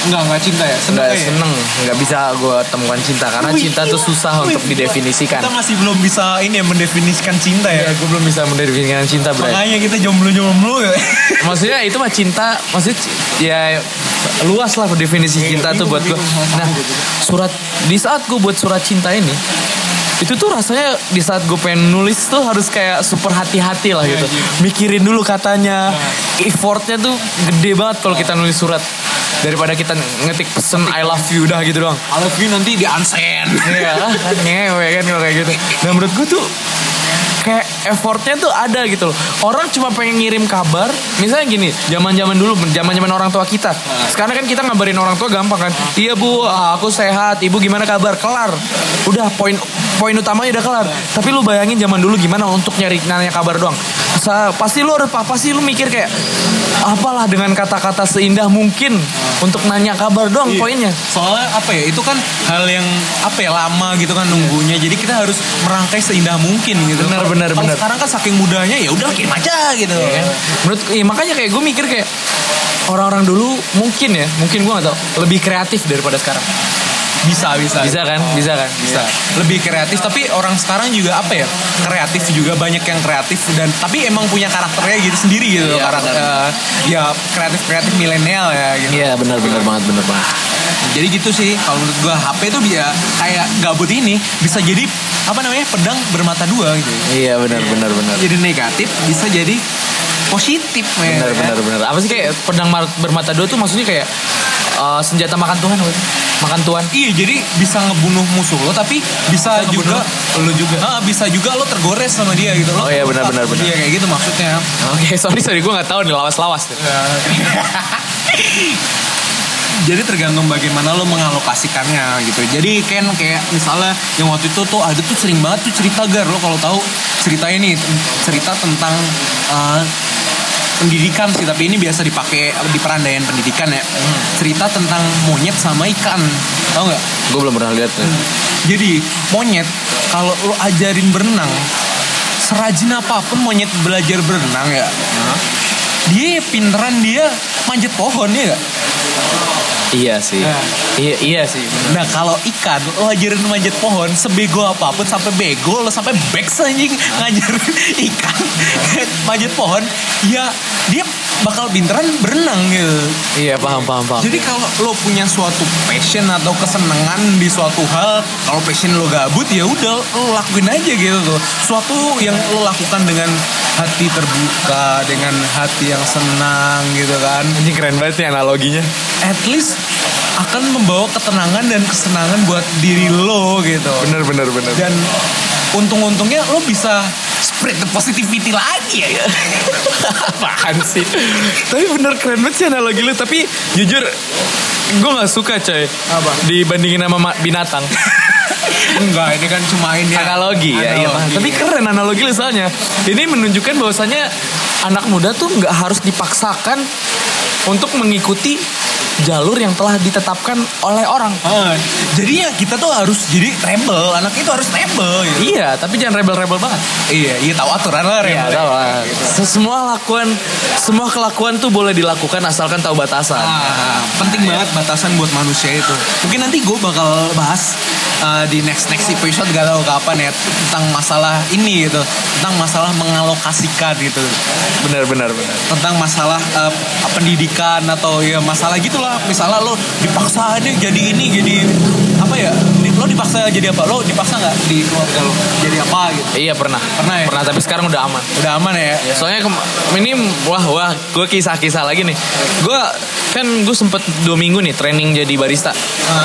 C: Enggak cinta ya?
B: Nggak bisa gue temukan cinta karena cinta tuh susah untuk didefinisikan.
C: Kita masih belum bisa ini ya, mendefinisikan cinta ya.
B: Gue belum bisa mendefinisikan cinta, Bray.
C: Makanya kita jomblo ya.
B: Maksudnya itu mah cinta, maksudnya ya luas lah definisi cinta tuh buat gue. Nah, di saat gue buat surat cinta ini, itu tuh rasanya di saat gue pengen nulis tuh harus kayak super hati-hati lah gitu. Mikirin dulu katanya, effortnya tuh gede banget kalau kita nulis surat. Daripada kita ngetik pesen I love you udah gitu doang.
C: I love you nanti di unsend.
B: Iya kan, ngewe kan kalau kayak gitu. Nah menurut gue tuh kayak effortnya tuh ada gitu loh. Orang cuma pengen ngirim kabar. Misalnya gini, zaman-zaman dulu, zaman-zaman orang tua kita. Sekarang kan kita ngabarin orang tua gampang kan. Iya bu, aku sehat. Ibu gimana kabar? Kelar. Udah poin utamanya udah kelar. Tapi lu bayangin zaman dulu gimana untuk nanya kabar doang. Pasti lu mikir kayak apalah dengan kata-kata seindah mungkin untuk nanya kabar doang poinnya.
C: Soalnya apa ya? Itu kan hal yang lama gitu kan nunggunya. Jadi kita harus merangkai seindah mungkin gitu.
B: Benar.
C: Sekarang kan saking mudahnya ya udah kirim aja gitu.
B: Ya kan? Makanya kayak gue mikir kayak orang-orang dulu mungkin gue nggak tahu lebih kreatif daripada sekarang.
C: Bisa
B: kan.
C: Lebih kreatif, tapi orang sekarang juga kreatif juga, banyak yang kreatif dan tapi emang punya karakternya gitu sendiri gitu. Ya kreatif milenial ya gitu.
B: Iya benar banget.
C: Jadi gitu sih kalau menurut gua HP tuh dia kayak gabut ini bisa jadi pedang bermata dua gitu.
B: Iya benar.
C: Jadi negatif bisa jadi positif.
B: Benar. Apa sih kayak pedang bermata dua tuh maksudnya kayak senjata makan Tuhan. Iya, jadi bisa ngebunuh musuh lo tapi bisa juga lo juga. Bisa juga lo tergores sama dia gitu. Oh iya benar.
C: Iya kayak gitu maksudnya.
B: Oke, sorry gue nggak tahu nih lawas-lawas.
C: Jadi tergantung bagaimana lo mengalokasikannya gitu. Jadi kan kayak misalnya yang waktu itu tuh ada tuh sering banget tuh cerita lo kalau tahu cerita ini cerita tentang pendidikan sih, tapi ini biasa dipakai di perandaian pendidikan ya. Cerita tentang monyet sama ikan, tau nggak?
B: Gue belum pernah lihat.
C: Jadi monyet kalau lo ajarin berenang, serajin apapun monyet belajar berenang ya, dia pinteran dia manjat pohon ya gak?
B: Iya sih. Iya sih.
C: Nah kalau ikan lo ajarin manjat pohon, sebego apapun sampai bego lo sampai beks anjing ngajarin ikan manjat pohon, ya dia bakal pinteran berenang gitu.
B: Iya paham.
C: Jadi kalau lo punya suatu passion atau kesenangan di suatu hal, kalau passion lo gabut ya udah lo lakuin aja gitu tuh. Suatu yang lo lakukan dengan hati terbuka, dengan hati yang senang gitu kan.
B: Ini keren banget nih analoginya.
C: At least akan membawa ketenangan dan kesenangan buat diri lo gitu.
B: Bener.
C: Dan untung-untungnya lo bisa spread the positivity lagi ya.
B: Apaan sih? Tapi bener keren banget sih analogi lo. Tapi jujur gue gak suka coy.
C: Apa?
B: Dibandingin sama binatang.
C: Enggak, ini kan cuma ini
B: analogi ya. Iya. Tapi keren analogi lo soalnya. Ini menunjukkan bahwasanya anak muda tuh gak harus dipaksakan untuk mengikuti jalur yang telah ditetapkan oleh orang.
C: Jadi ya kita tuh harus jadi rebel. Anak itu harus rebel gitu.
B: Iya, tapi jangan rebel-rebel banget.
C: Iya tahu aturan lah rebel.
B: Iya, tahu lah. Semua kelakuan tuh boleh dilakukan asalkan tahu batasan.
C: Penting banget batasan buat manusia itu. Mungkin nanti gue bakal bahas di next episode gak tahu kapan ya tentang masalah ini gitu, tentang masalah mengalokasikan gitu.
B: Benar.
C: Tentang masalah pendidikan atau ya masalah gitulah. Misalnya lo dipaksa aja jadi ini, jadi apa ya? Lo dipaksa jadi apa? Lo dipaksa nggak di keluarga lo jadi apa gitu?
B: Iya pernah ya. Pernah tapi sekarang udah aman.
C: Udah aman ya.
B: Soalnya ini wah gue kisah lagi nih. Gue sempet 2 minggu nih training jadi barista.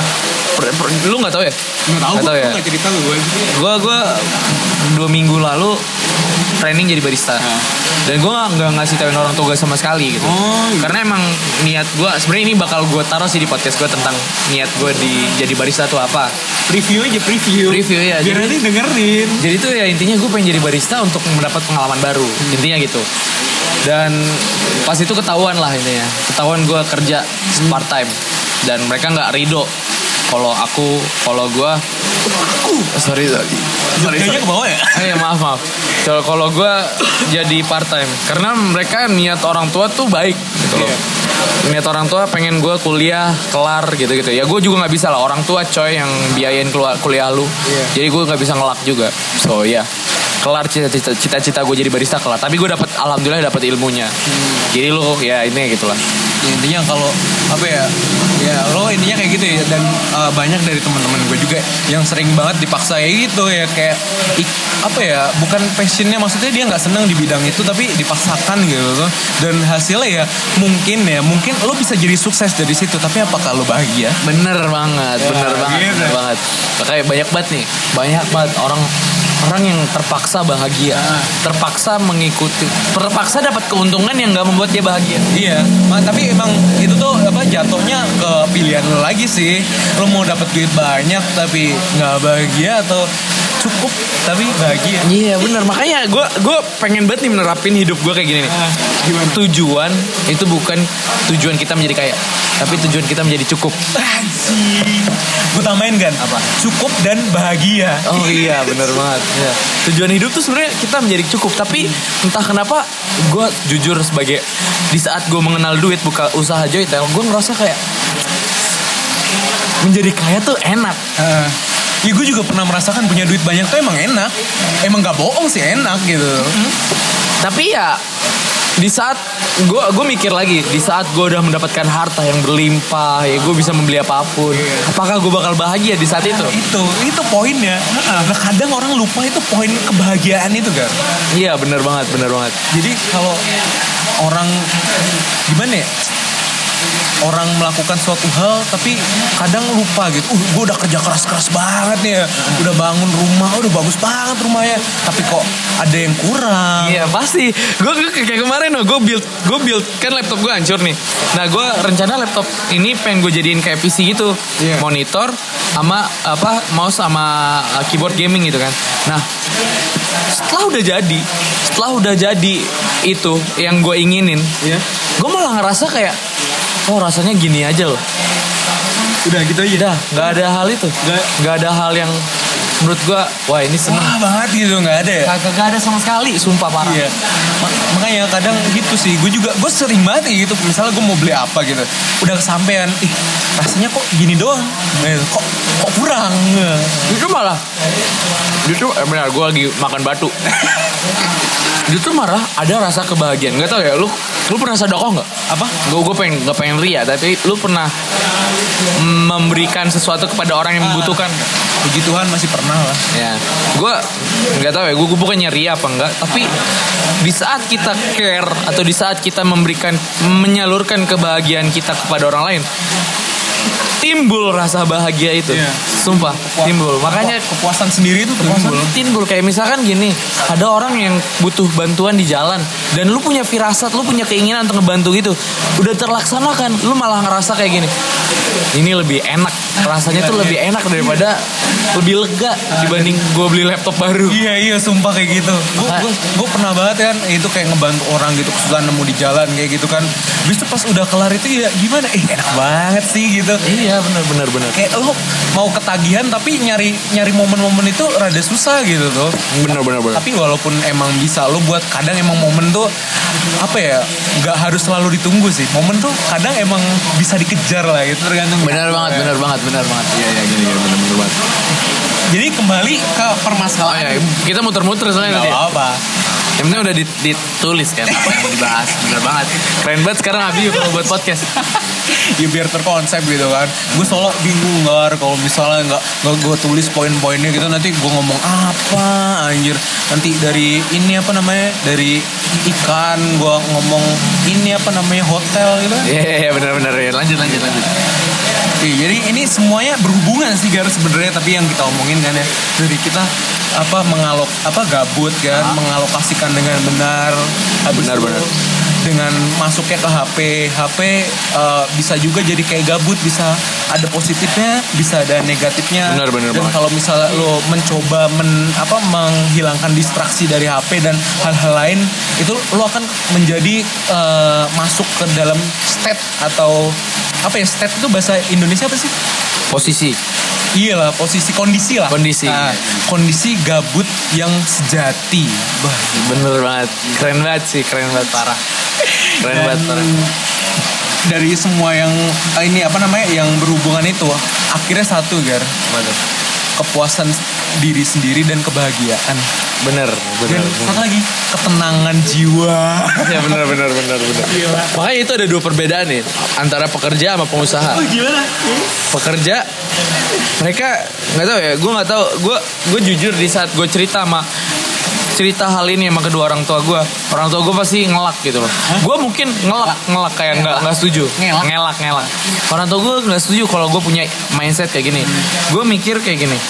B: Lu nggak tahu ya?
C: Nggak tahu ya. Nggak cerita lu gue.
B: Gue 2 minggu lalu training jadi barista. Dan gue nggak ngasih tahuin orang tua gue sama sekali gitu. Karena emang niat gue sebenarnya ini bakal gue taruh sih di podcast gue tentang niat gue jadi barista tuh apa.
C: Preview ya.
B: Biar
C: nanti dengerin.
B: Jadi tuh ya intinya gue pengen jadi barista untuk mendapat pengalaman baru. Intinya gitu. Dan pas itu ketahuan lah intinya. Ketahuan gue kerja part time. Dan mereka nggak ridho kalau gue sorry
C: Jogjanya ke bawah ya?
B: Maaf. Kalau gue jadi part time karena mereka niat orang tua tuh baik gitu loh. Niat orang tua pengen gue kuliah kelar gitu-gitu. Ya gue juga nggak bisa lah, orang tua coy yang biayain kuliah lu. Jadi gue nggak bisa ngelak juga. So ya kelar cita-cita gue jadi barista kelar. Tapi gue alhamdulillah dapat ilmunya. Jadi lo ya ini gitulah.
C: Ya, intinya kalau apa ya lo intinya kayak gitu ya. Dan banyak dari teman-teman gue juga yang sering banget dipaksa gitu ya, kayak apa ya, bukan passionnya, maksudnya dia nggak senang di bidang itu tapi dipaksakan gitu tuh. Dan hasilnya ya mungkin lo bisa jadi sukses dari situ, tapi apakah lo bahagia?
B: Bener banget. Kayak banyak banget orang yang terpaksa bahagia, terpaksa dapat keuntungan yang nggak membuat dia bahagia.
C: Iya, tapi emang itu tuh jatuhnya ke pilihan lo lagi sih. Lo mau dapat duit banyak tapi nggak bahagia, atau cukup tapi bahagia.
B: Iya benar, makanya gue pengen banget nih menerapin hidup gue kayak gini nih.
C: Gimana?
B: Tujuan itu bukan tujuan kita menjadi kaya, tapi tujuan kita menjadi cukup.
C: Anjing. Gue tambahin kan? Apa? Cukup dan bahagia.
B: Oh iya benar banget. Ya. Tujuan hidup tuh sebenarnya kita menjadi cukup, tapi entah kenapa gue jujur sebagai di saat gue mengenal duit, buka usaha Joytel, gue ngerasa kayak menjadi kaya tuh enak.
C: Ya gue juga pernah merasakan punya duit banyak tuh emang enak. Emang gak bohong sih, enak gitu.
B: Tapi ya di saat gue mikir lagi, di saat gue udah mendapatkan harta yang berlimpah, ya gue bisa membeli apapun. Apakah gue bakal bahagia di saat itu?
C: Itu poinnya. Nah, kadang orang lupa itu poin kebahagiaan itu kan.
B: Iya benar banget.
C: Jadi kalau orang gimana ya? Orang melakukan suatu hal tapi kadang lupa gitu. Gue udah kerja keras banget nih ya. Udah bangun rumah, udah bagus banget rumahnya, tapi kok ada yang kurang.
B: Iya pasti. Gue kayak kemarin gue build kan laptop gue hancur nih. Nah gue rencana laptop ini pengen gue jadiin kayak PC gitu. Monitor sama mouse sama keyboard gaming gitu kan. Nah setelah udah jadi itu yang gue inginin, gue malah ngerasa kayak rasanya gini aja loh.
C: Udah gitu aja.
B: Nggak ada hal itu. Nggak ada hal yang menurut gue wah ini seneng.
C: Wah banget gitu, nggak ada ya?
B: Nggak ada sama sekali, sumpah parah.
C: Iya. Makanya kadang gitu sih. Gue sering banget gitu. Misalnya gue mau beli apa gitu, udah kesampean, rasanya kok gini doang. Kok kurang.
B: Justru benar, gue lagi makan batu. Justru marah ada rasa kebahagiaan. Nggak tahu ya, lu pernah sedekah nggak?
C: Apa?
B: Gue pengen ria, tapi lu pernah memberikan sesuatu kepada orang yang membutuhkan?
C: Puji Tuhan masih pernah lah.
B: Ya, gue nggak tahu ya, gue bukannya ria apa enggak, tapi di saat kita care atau di saat kita menyalurkan kebahagiaan kita kepada orang lain, timbul rasa bahagia itu. Sumpah timbul. Makanya
C: kepuasan sendiri itu
B: timbul. Kayak misalkan gini, ada orang yang butuh bantuan di jalan dan lu punya firasat, lu punya keinginan untuk ngebantu gitu, udah terlaksanakan, lu malah ngerasa kayak gini, ini lebih enak, rasanya tuh lebih enak daripada lebih lega dibanding gue beli laptop baru.
C: Iya sumpah kayak gitu. Gue pernah banget kan itu kayak ngebantu orang gitu, kesulitan nemu di jalan kayak gitu kan. Habis itu pas udah kelar itu ya gimana, enak banget sih gitu.
B: Iya benar.
C: Kayak lo mau ketagihan tapi nyari momen-momen itu rada susah gitu tuh.
B: Benar.
C: Tapi walaupun emang bisa lo buat, kadang emang momen tuh apa ya, nggak harus selalu ditunggu sih. Momen tuh kadang emang bisa dikejar lah gitu, tergantung.
B: Benar banget. Iya gini benar banget.
C: Jadi kembali ke permasalahan.
B: Kita muter-muter soalnya nanti.
C: Apa?
B: Yang penting udah ditulis kan apa yang mau dibahas. Bener banget. Keren banget sekarang Abi kalau buat podcast.
C: Ya biar terkonsep gitu kan. Gue selalu bingung kalau misalnya nggak gue tulis poin-poinnya gitu, nanti gue ngomong apa anjir. Nanti dari ini apa namanya, dari ikan gue ngomong ini apa namanya, hotel gitu.
B: Iya benar ya. Lanjut.
C: Jadi ini semuanya berhubungan sih Gar sebenarnya, tapi yang kita omongin kan ya dari kita gabut kan, mengalokasikan dengan benar. Benar. Dengan masuknya ke HP bisa juga jadi kayak gabut, bisa ada positifnya, bisa ada negatifnya.
B: Benar.
C: Dan kalau misalnya lo mencoba menghilangkan distraksi dari HP dan hal-hal lain, itu lo akan menjadi masuk ke dalam state atau apa ya, state itu bahasa Indonesia apa sih?
B: Posisi.
C: Iyalah, posisi kondisi lah.
B: Kondisi.
C: Nah, kondisi gabut yang sejati. Bah,
B: Bener banget. Keren banget sih. Keren banget parah. Keren
C: dan
B: banget parah.
C: dari semua yang ini apa namanya yang berhubungan itu akhirnya satu Gar, kepuasan diri sendiri dan kebahagiaan.
B: Bener.
C: Dan satu lagi ketenangan jiwa.
B: Ya bener.
C: Gila.
B: Makanya itu ada dua perbedaan nih antara pekerja sama pengusaha.
C: Gimana?
B: Pekerja mereka nggak tahu ya, gue nggak tahu, gue jujur di saat gue cerita hal ini sama kedua orang tua gue pasti ngelak gitu loh. Gue mungkin ngelak kayak nggak setuju, ngelak. Orang tua gue nggak setuju kalau gue punya mindset kayak gini. Gue mikir kayak gini,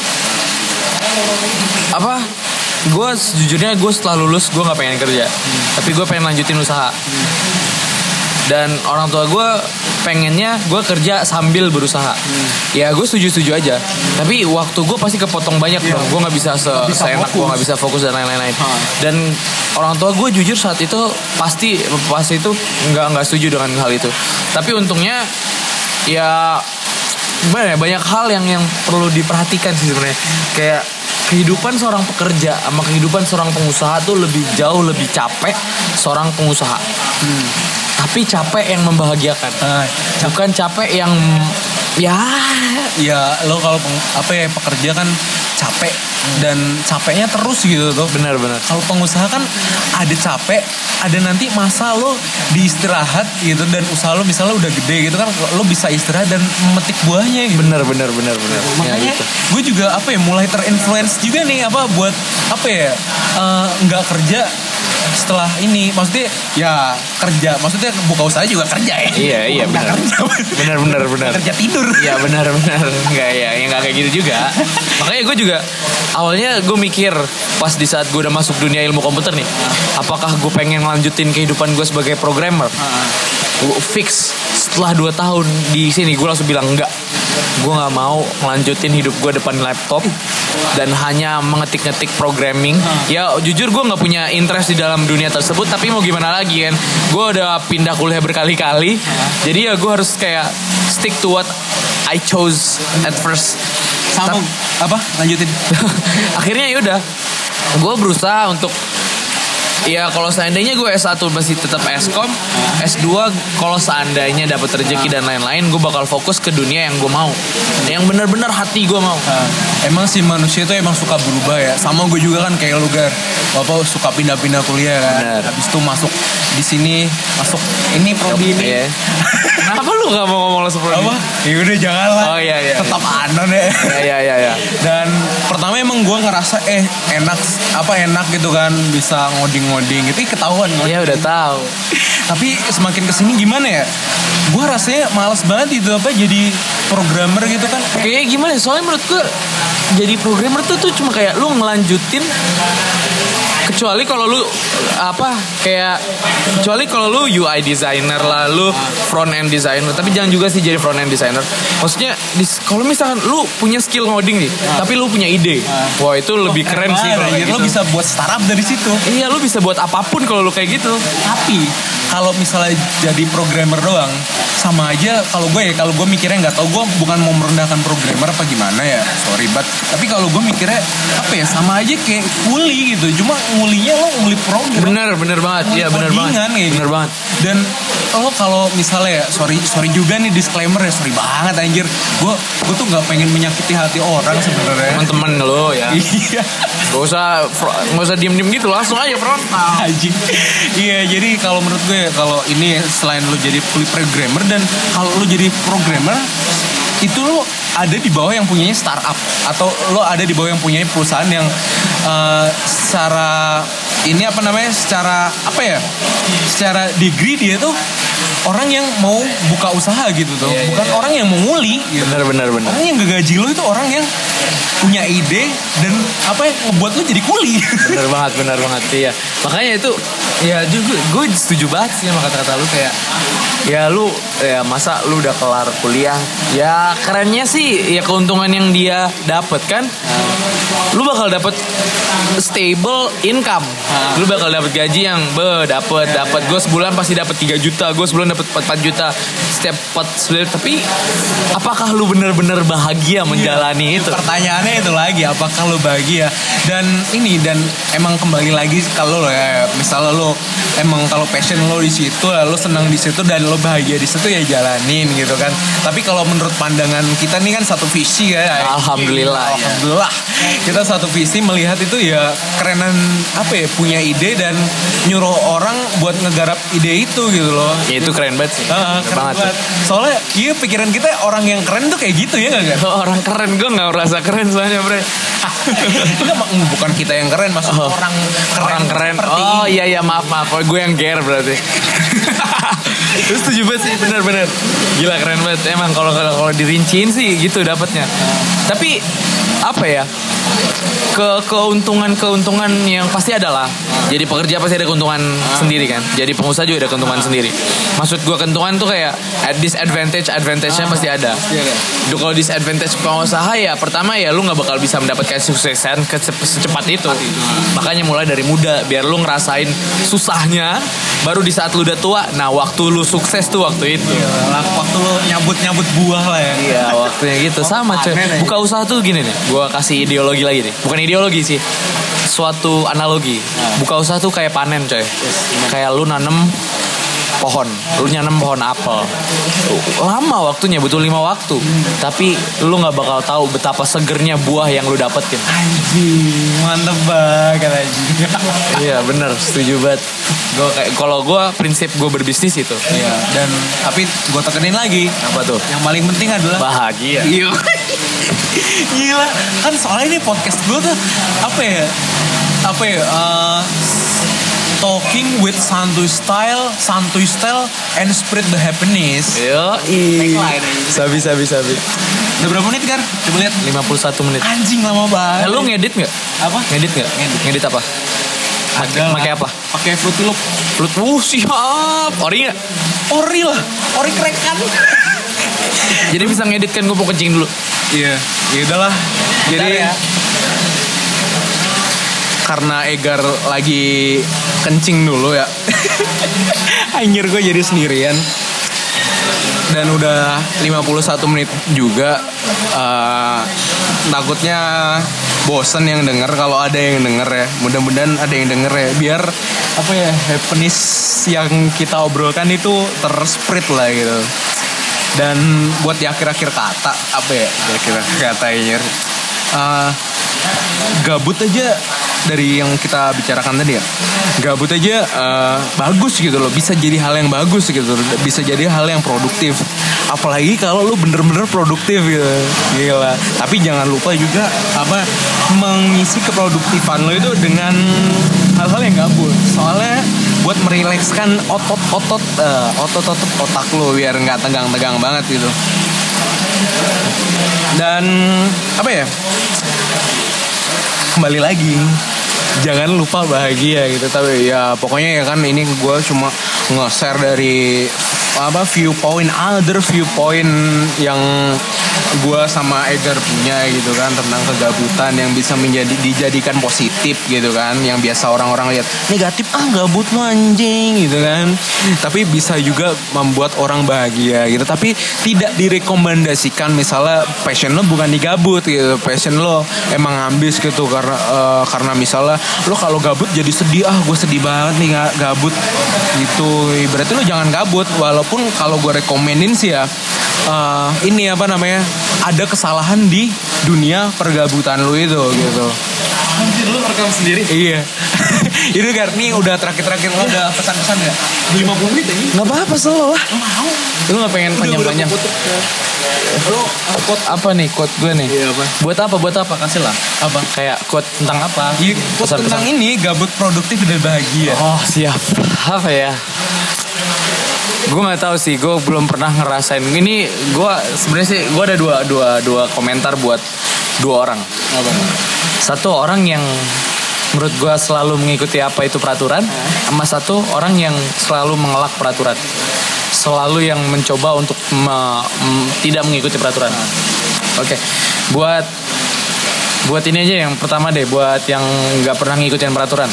B: apa? Gue sejujurnya gue setelah lulus gue nggak pengen kerja, tapi gue pengen lanjutin usaha. Dan orang tua gue pengennya gue kerja sambil berusaha. Ya gue setuju aja. Tapi waktu gue pasti kepotong banyak dong. Gue nggak bisa seenak, gue nggak bisa fokus dan lain-lain. Dan orang tua gue jujur saat itu pasti itu nggak setuju dengan hal itu. Tapi untungnya ya gimana ya, banyak hal yang perlu diperhatikan sih sebenarnya. Kayak kehidupan seorang pekerja sama kehidupan seorang pengusaha tuh jauh lebih capek seorang pengusaha. Tapi capek yang membahagiakan. Bukan capek yang ya
C: lo kalau pekerja kan capek dan capeknya terus gitu tuh.
B: Benar.
C: Kalau pengusaha kan ada capek, ada nanti masa lo diistirahat gitu, dan usaha lo misalnya udah gede gitu kan, lo bisa istirahat dan memetik buahnya gitu.
B: Benar.
C: Makanya
B: Ya, gitu.
C: gue juga mulai terinfluence juga nih buat nggak kerja setelah ini, maksudnya ya kerja, maksudnya buka usaha juga kerja ya.
B: Iya benar. Benar.
C: Kerja tidur.
B: Iya benar. Nggak kayak gitu juga. Makanya gue juga awalnya gue mikir pas di saat gue udah masuk dunia ilmu komputer nih, apakah gue pengen lanjutin kehidupan gue sebagai programmer? Fix setelah 2 tahun di sini gue langsung bilang enggak. Gue nggak mau melanjutin hidup gue depan laptop dan hanya mengetik-ngetik programming. Ya jujur gue nggak punya interest di dalam dunia tersebut, tapi mau gimana lagi kan? Gue udah pindah kuliah berkali-kali, jadi ya gue harus kayak stick to what I chose at first.
C: Sama lanjutin.
B: Akhirnya yaudah, gue berusaha untuk ya kalau seandainya gue S1 masih tetap Eskom, S2 kalau seandainya dapat rezeki dan lain-lain, gue bakal fokus ke dunia yang gue mau, yang benar-benar hati gue mau.
C: Emang sih manusia itu emang suka berubah ya. Sama gue juga kan kayak lu Gar, suka pindah-pindah kuliah kan.
B: Bener.
C: Habis itu masuk di sini, masuk ini prodi ini.
B: Iya. Kenapa lu gak mau ngomong langsung prodi?
C: Ya udah jangan lah.
B: Oh iya.
C: Tetap anon ya.
B: Iya.
C: Dan pertama emang gue ngerasa enak gitu kan, bisa ngoding gitu, ketahuan.
B: Iya udah tahu.
C: Tapi semakin kesini gimana ya, gue rasanya malas banget itu jadi programmer gitu kan.
B: Kayak gimana? Soalnya menurut gue jadi programmer tuh cuma kayak lu ngelanjutin, kecuali kalau lu kecuali kalau lu UI designer lah, lu front end designer, tapi jangan juga sih jadi front end designer. Maksudnya kalau misalkan lu punya skill ngoding nih, tapi lu punya ide, wah itu lebih keren sih kalau kayak gitu.
C: Lu bisa buat startup dari situ.
B: Iya, lu bisa buat apapun kalau lu kayak gitu.
C: Tapi kalau misalnya jadi programmer doang, sama aja kalau gue mikirnya, nggak tahu, gue bukan mau merendahkan programmer apa gimana ya, sorry but, tapi kalau gue mikirnya sama aja kayak kuli gitu, cuma ngulinya lo nguli program.
B: Bener banget. Iya bener banget. Bener banget.
C: Dan lo kalau misalnya ya, sorry juga nih disclaimer ya, sorry banget anjir, gue tuh nggak pengen menyakiti hati orang sebenarnya.
B: Teman-teman lo ya.
C: Iya.
B: Gak usah diem gitu, langsung aja frontal.
C: Anjing. Iya, jadi kalau menurut gue, kalau ini selain lo jadi programmer, dan kalau lo jadi programmer itu lo ada di bawah yang punyanya startup, atau lo ada di bawah yang punyanya perusahaan yang secara secara degree dia tuh orang yang mau buka usaha gitu tuh, bukan orang yang mau nguli gitu.
B: Bener.
C: Orang yang gaji lo itu orang yang punya ide dan ngebuat lu jadi kuli.
B: benar banget iya. Makanya itu ya juga gue setuju banget sih sama kata-kata lu kayak ya lu ya masa lu udah kelar kuliah ya kerennya sih ya keuntungan yang dia dapat kan lu bakal dapat stable income. Lu bakal dapat gaji yang dapat gue sebulan pasti dapat 3 juta, gue sebulan dapat 4 juta setiap tapi apakah lu benar-benar bahagia menjalani itu?
C: Pertanyaannya itu lagi, apakah lu bahagia? Dan emang kembali lagi kalau lo ya misalnya lo emang kalau passion lo di situ, lo senang di situ dan lo bahagia di situ ya jalanin gitu kan. Tapi kalau menurut pandangan kita nih kan satu visi ya.
B: Alhamdulillah.
C: Kita satu visi melihat itu ya kerenan punya ide dan nyuruh orang buat ngegarap ide itu gitu loh.
B: Ya itu keren banget sih.
C: Keren banget. Soalnya pikiran kita orang yang keren tuh kayak gitu ya gak?
B: Orang keren gue gak merasa keren soalnya bre.
C: Bukan kita yang keren, maksud orang keren.
B: Oh iya maaf gue yang care berarti. Terus setuju banget sih bener. Gila keren banget. Emang kalau dirinciin sih gitu dapatnya. Tapi apa ya? Keuntungan yang pasti adalah jadi pekerja pasti ada keuntungan sendiri kan. Jadi pengusaha juga ada keuntungan sendiri. Maksud gue keuntungan tuh kayak disadvantage-nya pasti ada. Kalau disadvantage pengusaha ya pertama ya lu nggak bakal bisa mendapatkan kesuksesan secepat itu. Makanya mulai dari muda biar lu ngerasain susahnya. Baru di saat lu udah tua, nah waktu lu sukses tuh waktu itu.
C: Waktu lu nyabut buah lah ya.
B: Iya waktunya gitu sama coy. Buka usaha tuh gini nih. Gue kasih ideologi lagi nih. Bukan ideologi sih. Suatu analogi. Buka usaha tuh kayak panen coy. Kayak lu nanem pohon. Lu nanam pohon apel. Lama waktunya, butuh 5 waktu. Tapi lu gak bakal tahu betapa segernya buah yang lu dapetin.
C: Anjing, mantep banget anjing.
B: Iya bener, setuju banget. Kalau gue prinsip gue berbisnis itu.
C: Iya. Dan tapi gue tekenin lagi.
B: Apa tuh?
C: Yang paling penting adalah
B: bahagia.
C: Iya. Gila. Kan soalnya ini podcast gue tuh talking with santuy style and spread the happiness.
B: Yo, sabi.
C: Udah berapa menit Gar? Coba lihat.
B: 51 menit.
C: Anjing lama banget.
B: Lu ngedit nggak?
C: Apa?
B: Ngedit nggak? Ngedit apa? Pakai apa?
C: Pakai Fruity Loop.
B: Siap. Ori nggak?
C: Ori lah. Ori kerekan.
B: Jadi bisa ngedit kan gue mau kencing dulu.
C: Iya. Ya udahlah. Jadi ya. Karena Egar lagi kencing dulu ya. Anjir gue jadi sendirian. Dan udah 51 menit juga. Takutnya bosen yang denger. Kalau ada yang denger ya, mudah-mudahan ada yang denger ya. Biar happiness yang kita obrolkan itu terspread lah gitu. Dan buat di akhir-akhir kata gabut aja. Dari yang kita bicarakan tadi ya, gabut aja bagus gitu loh, bisa jadi hal yang bagus gitu, bisa jadi hal yang produktif, apalagi kalau lu bener-bener produktif gitu. Gila. Tapi jangan lupa juga mengisi keproduktifan lo itu dengan hal-hal yang gabut, soalnya buat merilekskan otot otak lo biar nggak tegang-tegang banget gitu. Dan kembali lagi, jangan lupa bahagia gitu. Tapi ya pokoknya ya kan ini gue cuma nge-share dari other viewpoint yang gue sama Egar punya gitu kan, tentang kegabutan yang bisa dijadikan positif gitu kan. Yang biasa orang-orang lihat negatif, gabut lu anjing gitu kan, tapi bisa juga membuat orang bahagia gitu. Tapi tidak direkomendasikan misalnya passion lo bukan di gabut gitu, passion lo emang ambis gitu karena misalnya lo kalau gabut jadi sedih, gue sedih banget nih gabut gitu. Berarti lo jangan gabut. Walaupun kalau gue rekomenin sih ya, ada kesalahan di dunia pergabutan lu itu gitu.
B: Anjir, lu rekam sendiri?
C: Iya. Itu kan nih udah terakhir lo udah pesan-pesan gak? 50 menit aja.
B: Gak apa-apa, selalu lah.
C: Mau.
B: Lu gak pengen panjang-panjang? Lu quote apa nih? Quote gue nih.
C: Iya, apa?
B: Buat apa? Kasih lah.
C: Apa?
B: Kayak quote tentang apa?
C: Iya, quote tentang ini, gabut produktif dan bahagia.
B: Oh, siap. Apa ya? Gue nggak tahu sih, gue belum pernah ngerasain ini. Gue sebenarnya sih gue ada dua komentar buat dua orang. Satu orang yang menurut gue selalu mengikuti apa itu peraturan, sama satu orang yang selalu mengelak peraturan, selalu yang mencoba untuk tidak mengikuti peraturan. Oke. Buat ini aja yang pertama deh, buat yang nggak pernah ngikutin peraturan.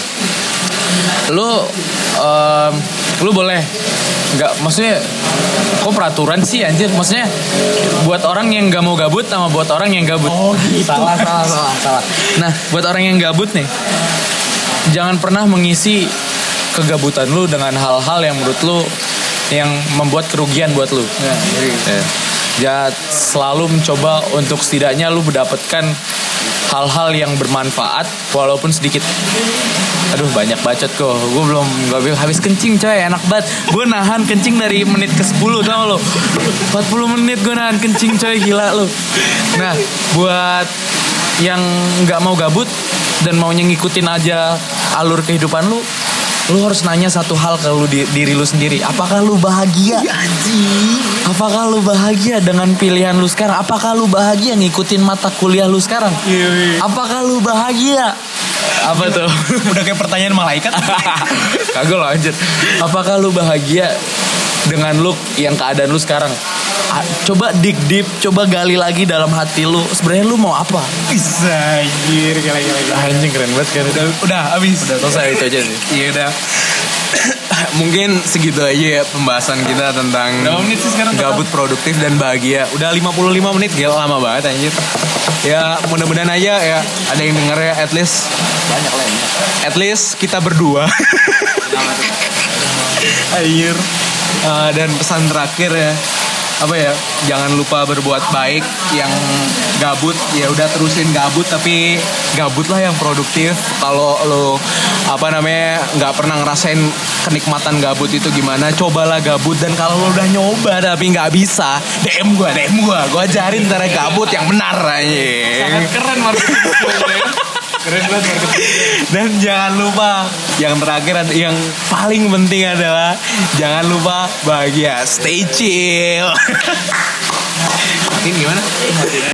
B: Lu boleh nggak, maksudnya kok peraturan sih anjir, maksudnya buat orang yang nggak mau gabut sama buat orang yang gabut.
A: Oh gitu.
B: Salah. Nah, buat orang yang gabut nih, jangan pernah mengisi kegabutan lu dengan hal-hal yang menurut lu yang membuat kerugian buat lu. Ya, selalu mencoba untuk setidaknya lu mendapatkan hal-hal yang bermanfaat walaupun sedikit. Aduh, banyak bacot kok. Gue belum habis kencing coy, enak banget. Gue nahan kencing dari menit ke-10 tau lo. 40 menit gue nahan kencing coy, gila lo. Nah, buat yang gak mau gabut dan maunya ngikutin aja alur kehidupan lu harus nanya satu hal ke lu, diri lu sendiri. Apakah lu bahagia? Apakah lu bahagia dengan pilihan lu sekarang? Apakah lu bahagia ngikutin mata kuliah lu sekarang? Apakah lu bahagia? Apa tuh?
C: Udah kayak pertanyaan malaikat.
B: Kagak lah anjir. Apakah lu bahagia dengan lu yang keadaan lu sekarang? Coba dig deep, coba gali lagi dalam hati lu. Sebenarnya lu mau apa?
C: Bisa anjir, gila.
B: Anjing keren banget kan.
C: Udah habis.
B: Udah selesai itu aja sih.
C: Iya udah. Mungkin segitu aja ya pembahasan kita tentang gabut produktif dan bahagia. Udah 55 menit, gila lama banget anjir. Ya mudah-mudahan aja ya ada yang denger ya, at least
B: Banyak lah ya.
C: at least kita berdua. Anjir. Dan pesan terakhir ya, apa ya, jangan lupa berbuat baik. Yang gabut ya udah terusin gabut, tapi gabut lah yang produktif. Kalau lo nggak pernah ngerasain kenikmatan gabut itu gimana, cobalah gabut. Dan kalau lo udah nyoba tapi nggak bisa, DM gue ajarin cara gabut yang benar aja.
B: Sangat keren marketing. Keren banget marketing.
C: Dan jangan lupa, yang terakhir, yang paling penting adalah jangan lupa bahagia. Stay chill. Ini gimana?